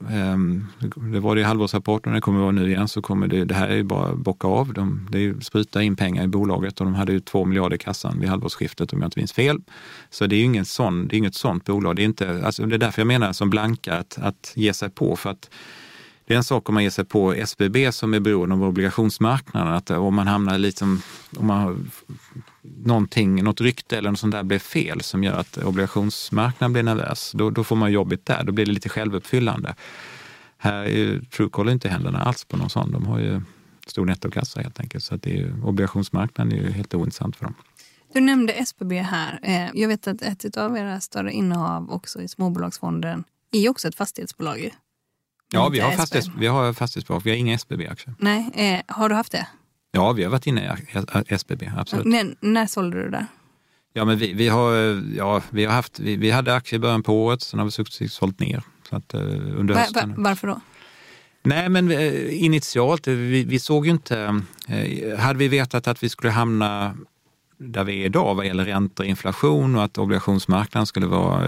Det var det i halvårsrapporten, det kommer vara nu igen, så kommer det, det här är ju bara bocka av. De, det är ju spruta in pengar i bolaget och de hade ju två miljarder i kassan vid halvårsskiftet om jag inte minns fel. Så det är ju ingen sån, det är inget sånt bolag. Det är, inte, alltså det är därför jag menar som blanka att, att ge sig på, för att det är en sak om man ger sig på S B B som är beroende av obligationsmarknaden, att om man hamnar lite som, om man har någonting, något rykte eller något sånt där blir fel som gör att obligationsmarknaden blir nervös, då, då får man jobbigt där, då blir det lite självuppfyllande. Här är ju Truecaller inte händerna alls på någon sån, de har ju stor nettokassa helt enkelt, så att det är ju, obligationsmarknaden är ju helt ointressant för dem. Du nämnde S B B här. Jag vet att ett av era större innehav också i småbolagsfonden är också ett fastighetsbolag. Ja, vi har, fastighets, vi har fastighetsbolag, vi har inga S B B-aktier. Nej, eh, har du haft det? Ja, vi har varit inne i S B B, absolut. Men när sålde du det? Ja, men vi, vi har, ja, vi har haft, vi, vi hade aktier i början på året, sen har vi successivt sålt ner. Så att, under var, hösten. var, varför då? Nej, men initialt, vi, vi såg ju inte, hade vi vetat att vi skulle hamna där vi är idag vad gäller räntor och inflation och att obligationsmarknaden skulle vara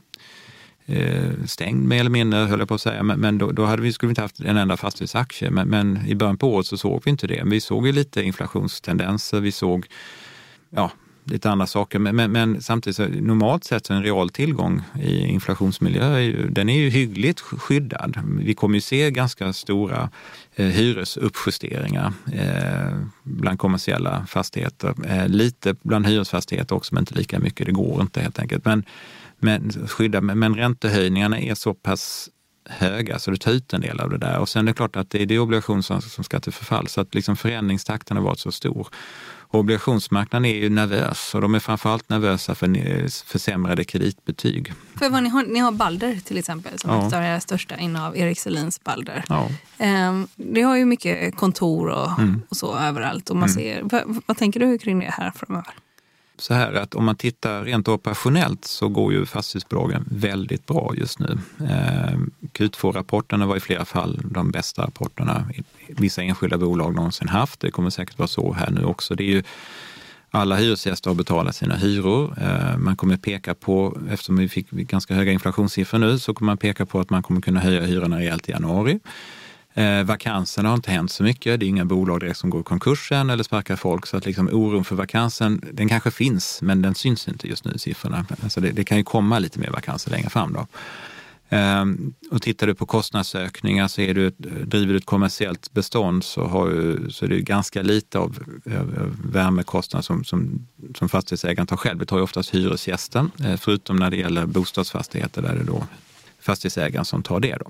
stängd mer eller mindre, höll jag på att säga. Men, men då, då hade vi, skulle vi inte haft en enda fastighetsaktie. Men, men i början på året så såg vi inte det. Vi såg ju lite inflationstendenser, vi såg ja, lite andra saker. Men, men, men samtidigt, så, normalt sett så en real tillgång i inflationsmiljö, är ju, den är ju hyggligt skyddad. Vi kommer ju se ganska stora eh, hyresuppjusteringar eh, bland kommersiella fastigheter. Eh, lite bland hyresfastigheter också, men inte lika mycket. Det går inte helt enkelt. Men Men, skydda, men räntehöjningarna är så pass höga så det tar ut en del av det där. Och sen är det klart att det är det obligation som, som ska till förfall. Så att liksom förändringstakten har varit så stor. Och obligationsmarknaden är ju nervös och de är framförallt nervösa för försämrade kreditbetyg. För vad ni har, ni har Balder till exempel som ja. är det största innehav, Erik Selins Balder. Ja. Um, det har ju mycket kontor och, mm. och så överallt. Och man mm. ser, vad, vad tänker du kring det här framöver? Så här att om man tittar rent operationellt så går ju fastighetsbolagen väldigt bra just nu. Eh, Q två-rapporterna var i flera fall de bästa rapporterna vissa enskilda bolag någonsin haft. Det kommer säkert vara så här nu också. Det är ju alla hyresgäster har betalat sina hyror. Eh, man kommer peka på, eftersom vi fick ganska höga inflationssiffror nu, så kommer man peka på att man kommer kunna höja hyrorna rejält i januari. Eh, vakansen har inte hänt så mycket. Det är inga bolag direkt som går i konkursen eller sparkar folk. Så att liksom oron för vakansen, den kanske finns, men den syns inte just nu i siffrorna. Alltså det, det kan ju komma lite mer vakanser längre fram då. Eh, och tittar du på kostnadsökningar så är du, driver du ett kommersiellt bestånd så, har ju, så är det ganska lite av, av värmekostnader som, som, som fastighetsägaren tar själv. Det tar ju oftast hyresgästen, eh, förutom när det gäller bostadsfastigheter där det är då fastighetsägaren som tar det då.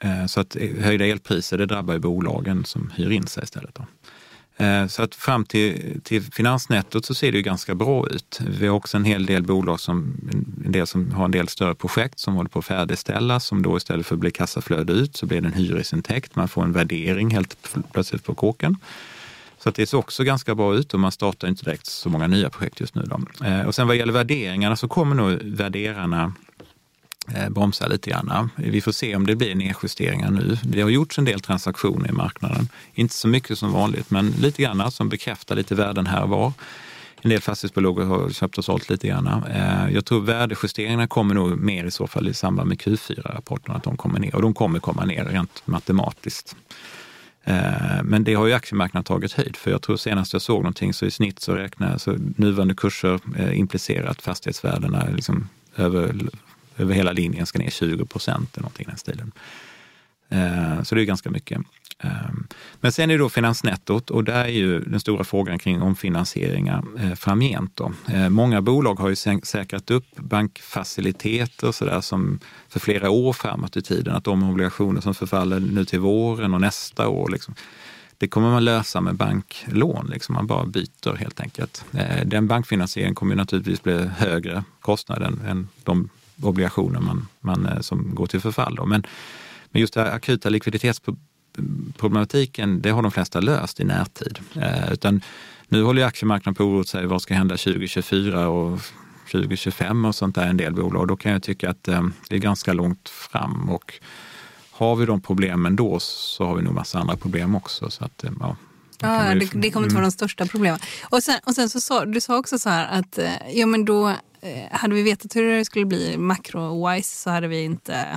Så att höjda elpriser, det drabbar ju bolagen som hyr in sig istället då. Så att fram till, till finansnettot så ser det ju ganska bra ut. Vi har också en hel del bolag som, en del som har en del större projekt som håller på att färdigställas, som då istället för att bli kassaflöde ut så blir det en hyresintäkt. Man får en värdering helt plötsligt på kåken. Så att det ser också ganska bra ut och man startar inte direkt så många nya projekt just nu då. Och sen vad gäller värderingarna så kommer nog värderarna bromsa lite grann. Vi får se om det blir nedjusteringar nu. Det har gjorts en del transaktioner i marknaden. Inte så mycket som vanligt, men lite grann som bekräftar lite värden här och var. En del fastighetsbolag har köpt och sålt lite grann. Jag tror värdejusteringarna kommer nog mer i så fall i samband med Q fyra-rapporterna, att de kommer ner. Och de kommer komma ner rent matematiskt. Men det har ju aktiemarknaden tagit höjd för. Jag tror senast jag såg någonting så i snitt så räknar så nuvarande kurser implicerar att fastighetsvärdena liksom över över hela linjen ska ner tjugo procent eller någonting i den stilen. Så det är ganska mycket. Men sen är det då finansnettot och där är ju den stora frågan kring omfinansieringar framgent då. Många bolag har ju säkrat upp bankfaciliteter och sådär som för flera år framåt i tiden, att de obligationer som förfaller nu till våren och nästa år liksom, det kommer man lösa med banklån, liksom. Man bara byter helt enkelt. Den bankfinansieringen kommer ju naturligtvis bli högre kostnaden än de obligationer man, man, som går till förfall. Då. Men, men just det här akuta likviditetsproblematiken, det har de flesta löst i närtid. Eh, utan nu håller ju aktiemarknaden på att säga vad ska hända tjugo tjugofyra och tjugo tjugofem och sånt där en del bolag. Då kan jag tycka att eh, det är ganska långt fram och har vi de problemen då så har vi nog massa andra problem också. Så att, ja, ja, det, det kommer inte vara de största problemen. Och sen, och sen så sa du sa också så här att ja, men då hade vi vetat hur det skulle bli makro-wise så hade vi inte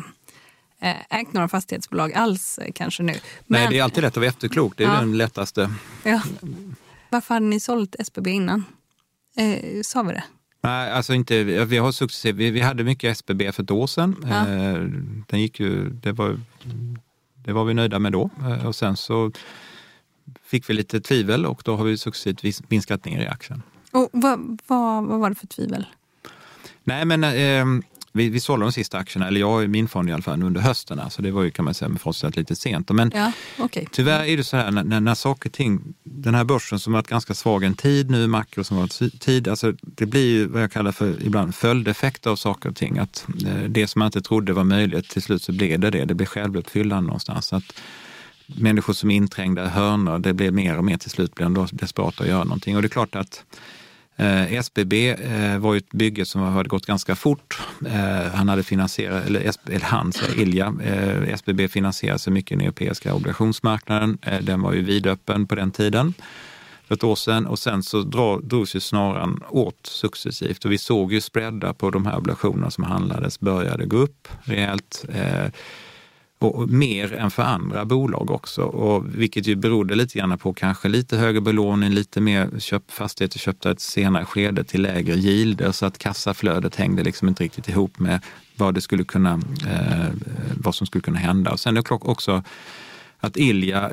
ägt några fastighetsbolag alls kanske nu. Men, nej, det är alltid lätt att vara efterklok. Det är ja. den lättaste. Ja. Varför hade ni sålt S B B innan? Eh, sa vi det? Nej, alltså inte. Vi har successivt. Vi, vi hade mycket S B B för ett år sedan. Ja. Eh, den gick ju, det var, det var vi nöjda med då. Eh, och sen så fick vi lite tvivel och då har vi successivt minskat ner i aktien. Och vad, vad, vad var det för tvivel? Nej, men eh, vi, vi sålde de sista aktierna, eller jag i min fond i alla fall, under hösten. Så det var ju, kan man säga, med förstås lite sent. Men ja, okay. Tyvärr är det så här, när, när saker och ting, den här börsen som har varit ganska svag en tid nu, makro som har varit tid, alltså det blir ju vad jag kallar för ibland följdeffekter av saker och ting. Att eh, det som man inte trodde var möjligt, till slut så blev det det. Det blir självuppfyllande någonstans. Så att människor som är inträngda i hörnor, det blir mer och mer till slut blir de desperata att göra någonting. Och det är klart att Eh, S B B eh, var ju ett bygge som hade gått ganska fort. Eh, han hade finansierat, eller, S B B, eller han, så Ilja, eh, S B B finansierade sig mycket i den europeiska obligationsmarknaden. Eh, den var ju vidöppen på den tiden, för ett år sedan. Och sen så dra, drogs ju snaran åt successivt. Och vi såg ju spreadar på de här obligationerna som handlades började gå upp rejält. Eh, Och mer än för andra bolag också. Och vilket ju berodde lite grann på kanske lite högre belåning, lite mer köp, fastigheter köpta ett senare skede till lägre yielder så att kassaflödet hängde liksom inte riktigt ihop med vad det skulle kunna, eh, vad som skulle kunna hända. Och sen är det också att Ilja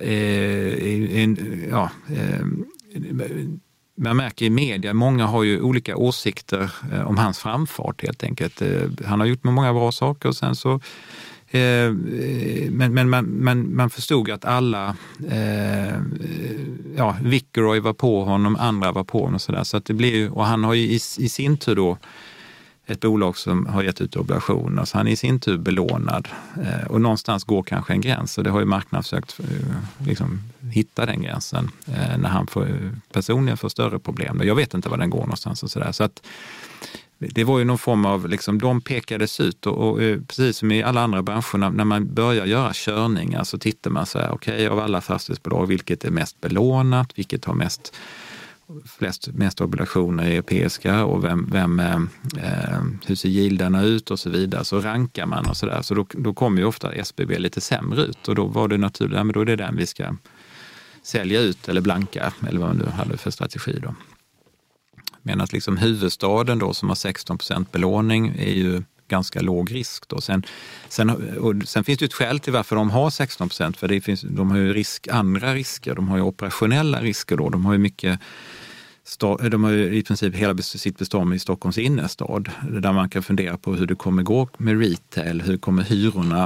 eh, är, ja, eh, man märker i media, många har ju olika åsikter eh, om hans framfart helt enkelt. Eh, han har gjort med många bra saker och sen så Men, men man, man, man förstod att alla, eh, ja, Viceroy var på honom, andra var på honom och sådär. Så att det blir ju, och han har ju i, i sin tur då ett bolag som har gett ut obligationer, så han är i sin tur belånad. Eh, och någonstans går kanske en gräns, och det har ju marknaden försökt eh, liksom, hitta den gränsen eh, när han får, personligen får större problem. Jag vet inte var den går någonstans och sådär. Så att det var ju någon form av, liksom, de pekades ut och, och precis som i alla andra branscher, när man börjar göra körningar så tittar man så här, okej, okay, av alla fastighetsbolag, vilket är mest belånat, vilket har mest, flest, mest obligationer europeiska och vem, vem eh, hur ser yieldarna ut och så vidare, så rankar man och sådär. Så då, då kommer ju ofta S B B lite sämre ut och då var det naturligt, ja, men då är det den vi ska sälja ut eller blanka eller vad man nu hade för strategi då. Men att liksom huvudstaden då som har sexton procent belåning är ju ganska låg risk då. Sen, sen, och sen finns det ett skäl till varför de har sexton procent, för det finns, de har ju risk, andra risker, de har ju operationella risker då, de har ju mycket, de har ju i princip hela sitt bestånd i Stockholms innerstad där man kan fundera på hur det kommer gå med retail, hur kommer hyrorna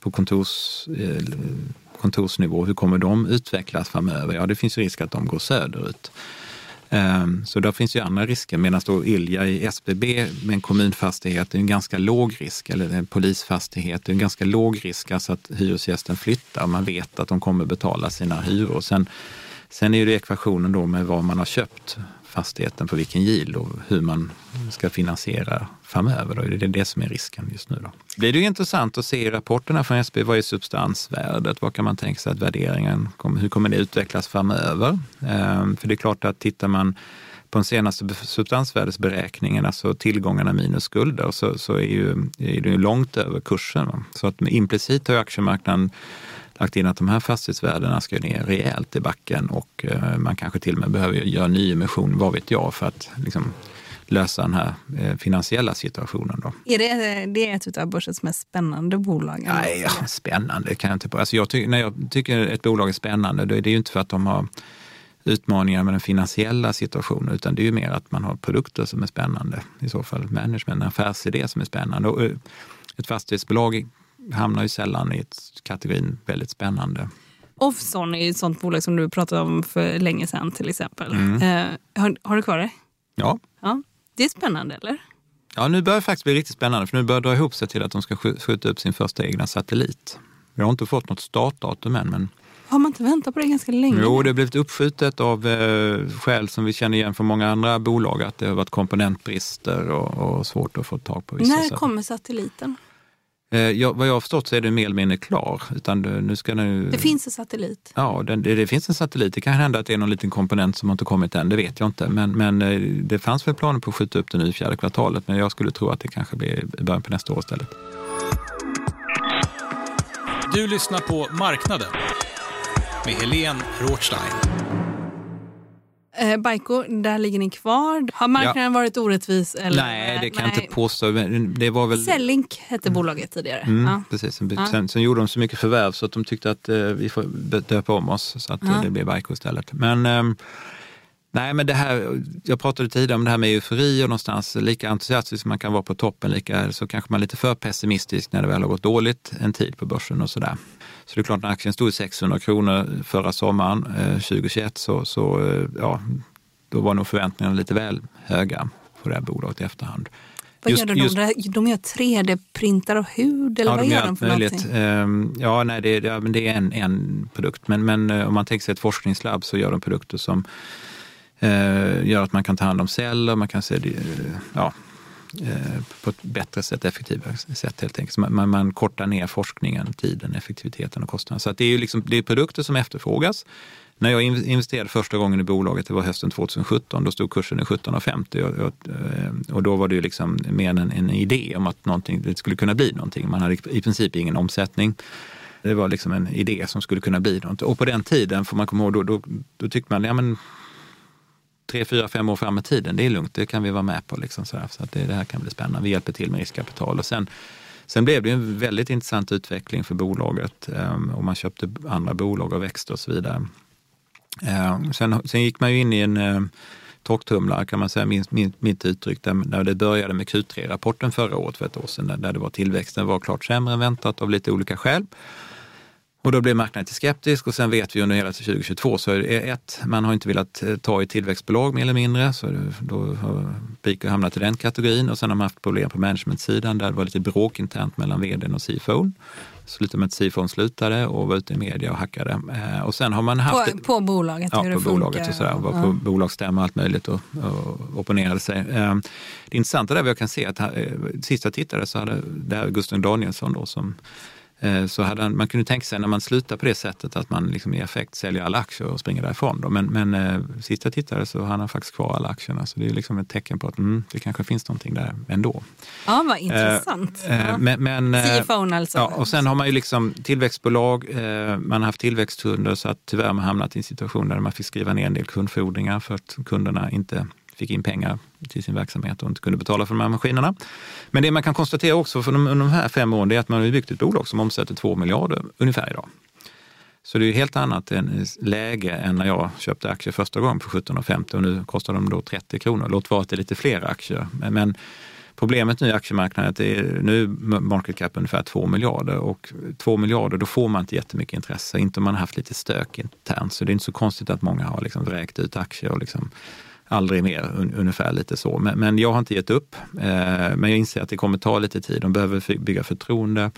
på kontors, eh, kontorsnivå, hur kommer de utvecklas framöver? Ja, det finns ju risk att de går söderut. Så där finns ju andra risker, medan då Ilja i S B B med en kommunfastighet är en ganska låg risk, eller en polisfastighet är en ganska låg risk, alltså att hyresgästen flyttar, man vet att de kommer betala sina hyror. Sen, sen är ju det ekvationen då med vad man har köpt fastigheten, på vilken yield och hur man ska finansiera framöver. Då. Det är det som är risken just nu. Då. Det är ju intressant att se i rapporterna från S B, vad är substansvärdet? Vad kan man tänka sig att värderingen, hur kommer det utvecklas framöver? Ehm, för det är klart att tittar man på den senaste substansvärdesberäkningen, alltså tillgångarna minus skulder, så, så är, ju, är det ju långt över kursen. Va? Så att implicit har aktiemarknaden lagt in att de här fastighetsvärdena ska ner rejält i backen och eh, man kanske till och med behöver göra ny emission, vad vet jag, för att liksom, lösa den här eh, finansiella situationen. Då. Är det, det är ett av börsens mest spännande bolag? Nej, ja, spännande kan jag inte på. Alltså jag ty- när jag tycker ett bolag är spännande, då är det ju inte för att de har utmaningar med den finansiella situationen, utan det är ju mer att man har produkter som är spännande. I så fall management, en affärsidé som är spännande. Och ett fastighetsbolag hamnar ju sällan i ett kategorin väldigt spännande. Ovzon är ju ett sånt bolag som du pratade om för länge sedan till exempel. Mm. Eh, har, har du kvar det? Ja. Ja. Det är spännande, eller? Ja, nu börjar det faktiskt bli riktigt spännande, för nu börjar det dra ihop sig till att de ska skjuta upp sin första egna satellit. Vi har inte fått något startdatum än, men... Har man inte väntat på det ganska länge? Jo, det har blivit uppskjutet av eh, skäl som vi känner igen från många andra bolag, att det har varit komponentbrister och, och svårt att få tag på vissa. När saker. kommer satelliten? Eh, ja, vad jag har förstått så är det mer eller mindre klar. Utan det, nu ska nu... Det finns en satellit? Ja, det, det, det finns en satellit. Det kan hända att det är någon liten komponent som har inte kommit än, det vet jag inte. Men, men eh, det fanns väl planer på att skjuta upp det nu i fjärde kvartalet, men jag skulle tro att det kanske blir i början på nästa år istället. Du lyssnar på Marknaden med Helene Rothstein. Eh, Baiko, där ligger ni kvar. Har marknaden ja. varit orättvis? Eller? Nej, det kan Nej. jag inte påstå. Det var väl... Cellink hette bolaget tidigare. Mm, ja. Precis. Sen, ja. sen, sen gjorde de så mycket förvärv så att de tyckte att eh, vi får döpa om oss så att ja. det blev Baiko istället. Men... Eh, Nej, men det här, jag pratade tidigare om det här med eufori och någonstans lika entusiastisk som man kan vara på toppen, lika så kanske man är lite för pessimistisk när det väl har gått dåligt en tid på börsen och sådär. Så det är klart, när aktien stod sexhundra kronor förra sommaren eh, tjugohundratjugoett så, så eh, ja, då var nog förväntningarna lite väl höga på det här bolaget i efterhand. Vad just, gör de? Just, de gör tre D-printar och hud eller ja, vad de gör gör de för möjligt. någonting? Ja, nej, det, det, det är en, en produkt. Men, men om man tänker sig ett forskningslabb så gör de produkter som eh, gör att man kan ta hand om celler, man kan se det, ja, eh, på ett bättre sätt, effektivare sätt helt enkelt. Så man, man kortar ner forskningen, tiden, effektiviteten och kostnaden. Så att det är ju liksom, det är produkter som efterfrågas. När jag investerade första gången i bolaget, det var hösten tjugohundrasjutton, då stod kursen i sjutton femtio och, och, och då var det ju liksom mer en, en idé om att någonting, det skulle kunna bli någonting. Man hade i princip ingen omsättning. Det var liksom en idé som skulle kunna bli något. Och på den tiden, får man komma ihåg, då, då, då tyckte man, ja men tre, fyra, fem år fram i tiden, det är lugnt, det kan vi vara med på. Liksom, så så att det, det här kan bli spännande. Vi hjälper till med riskkapital. Och sen, sen blev det en väldigt intressant utveckling för bolaget. Um, och man köpte andra bolag och växte och så vidare. Uh, sen, sen gick man ju in i en uh, torktumlare, kan man säga, min, min, mitt uttryck, där, där det började med Q tre-rapporten förra året, för ett år sedan, där, där det var tillväxten var klart sämre än väntat av lite olika skäl. Och då blev marknaden lite skeptisk och sen vet vi under hela tjugohundratjugotvå så är det ett, man har inte velat ta i tillväxtbolag mer eller mindre, så då har Baiko hamnat i den kategorin, och sen har man haft problem på managementsidan där det var lite bråk internt mellan vdn och C F O. Slutade med att C F O slutade och var ute i media och hackade. Och sen har man haft... På, på bolaget? Ja, hur på det bolaget och sådär. Var ja. på bolagsstämma och allt möjligt och, och opponerade sig. Det intressanta där, vad jag kan se, att sist jag tittade så hade det här Gustav Danielsson då som... Så hade han, man kunde tänka sig när man slutar på det sättet att man liksom i effekt säljer alla aktier och springer därifrån. Då. Men, men eh, sist jag tittade så hade han faktiskt kvar alla aktierna. Så det är liksom ett tecken på att mm, det kanske finns någonting där ändå. Ja, vad intressant. Eh, ja. Men, men, C F O alltså. Ja, och sen har man ju liksom tillväxtbolag, eh, man har haft tillväxtkunder, så att tyvärr har man hamnat i en situation där man fick skriva ner en del kundfordringar för att kunderna inte fick in pengar till sin verksamhet och inte kunde betala för de här maskinerna. Men det man kan konstatera också för de, de här fem åren är att man har byggt ett bolag som omsätter två miljarder ungefär idag. Så det är ju helt annat än läge än när jag köpte aktier första gången för sjutton femtio och nu kostar de då trettio kronor. Låt vara att det är lite fler aktier. Men, Problemet nu i aktiemarknaden är att det är, nu är market cap ungefär två miljarder och två miljarder då får man inte jättemycket intresse, inte om man har haft lite stök internt. Så det är inte så konstigt att många har liksom vräkt ut aktier och liksom aldrig mer, un, ungefär lite så. Men, men jag har inte gett upp, eh, men jag inser att det kommer ta lite tid. De behöver bygga förtroende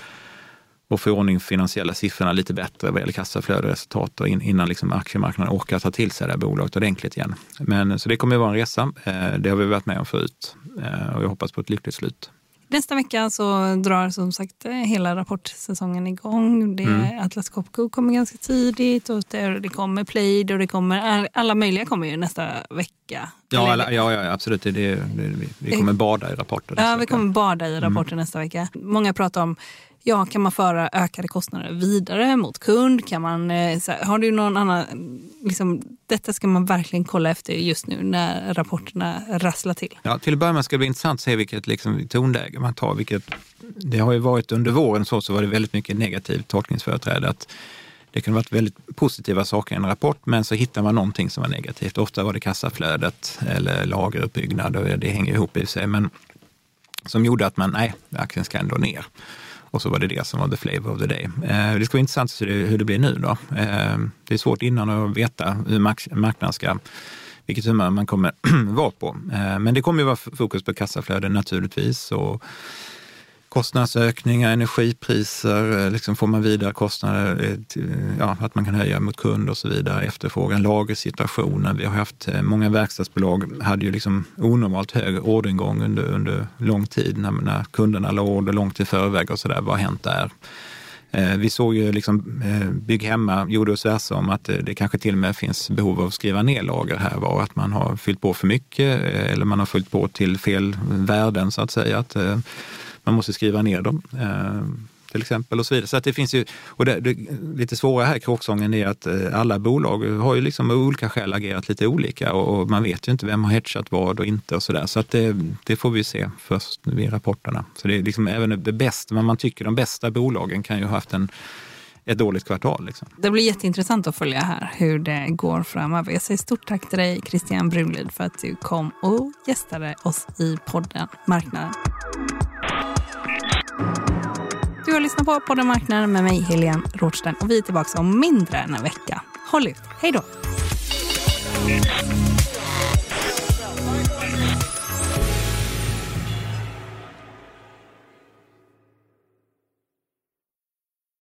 och få ordning finansiella siffrorna lite bättre vad gäller kassaflöde och resultat in, innan liksom aktiemarknaden orkar ta till sig det här bolaget ordentligt igen. Men, så det kommer att vara en resa. Eh, det har vi varit med om förut eh, och jag hoppas på ett lyckligt slut. Nästa vecka så drar som sagt hela rapportsäsongen igång. Det mm. Atlas Copco kommer ganska tidigt och det, det kommer Plaid och det kommer alla möjliga kommer ju nästa vecka. Ja, alla, ja, ja absolut. Det, det, det, vi kommer bada i rapporter. Ja, vi vecka. kommer bada i rapporter mm. nästa vecka. Många pratar om, ja, kan man föra ökade kostnader vidare mot kund? Kan man, så här, har du någon annan, liksom, detta ska man verkligen kolla efter just nu när rapporterna rasslar till. Ja, till att börja med ska det bli intressant att se vilket liksom, tonläge man tar. Vilket, det har ju varit under våren så, så var det väldigt mycket negativt tolkningsföreträde att det kunde varit väldigt positiva saker i en rapport, men så hittar man någonting som var negativt. Ofta var det kassaflödet eller lageruppbyggnad och det hänger ihop i sig, men som gjorde att man, nej, aktien ska ändå ner. Och så var det det som var the flavor of the day. Eh, det ska vara intressant att se hur det blir nu då. Eh, det är svårt innan att veta hur mark- marknaden ska, vilket humör man kommer vara på. Eh, men det kommer ju vara fokus på kassaflöden naturligtvis och kostnadsökningar, energipriser, liksom får man vidare kostnader, ja, att man kan höja mot kund och så vidare, efterfrågan, lagersituationen. Vi har haft, många verkstadsbolag hade ju liksom onormalt hög orderingång under, under lång tid när, när kunderna la order långt i förväg och sådär. Vad har hänt där? Eh, vi såg ju liksom eh, Bygg Hemma gjorde oss värsa om att det, det kanske till och med finns behov av att skriva ner lager här var att man har fyllt på för mycket eh, eller man har fyllt på till fel värden så att säga att eh, man måste skriva ner dem eh, till exempel och så vidare. Så att det finns ju, och det, det lite svåra här i kråksången är att eh, alla bolag har ju liksom av olika skäl agerat lite olika och, och man vet ju inte vem har hedgat vad och inte och sådär. Så att det, det får vi se först vid rapporterna. Så det är liksom även det bästa, men man tycker de bästa bolagen kan ju ha haft en ett dåligt kvartal. Liksom. Det blir jätteintressant att följa här hur det går framöver. Jag säger stort tack till dig Christian Brunlid för att du kom och gästade oss i podden Marknaden. Du har lyssnat på podden Marknaden med mig Helene Rothstein och vi är tillbaka om mindre än en vecka. Håll ut, hej då!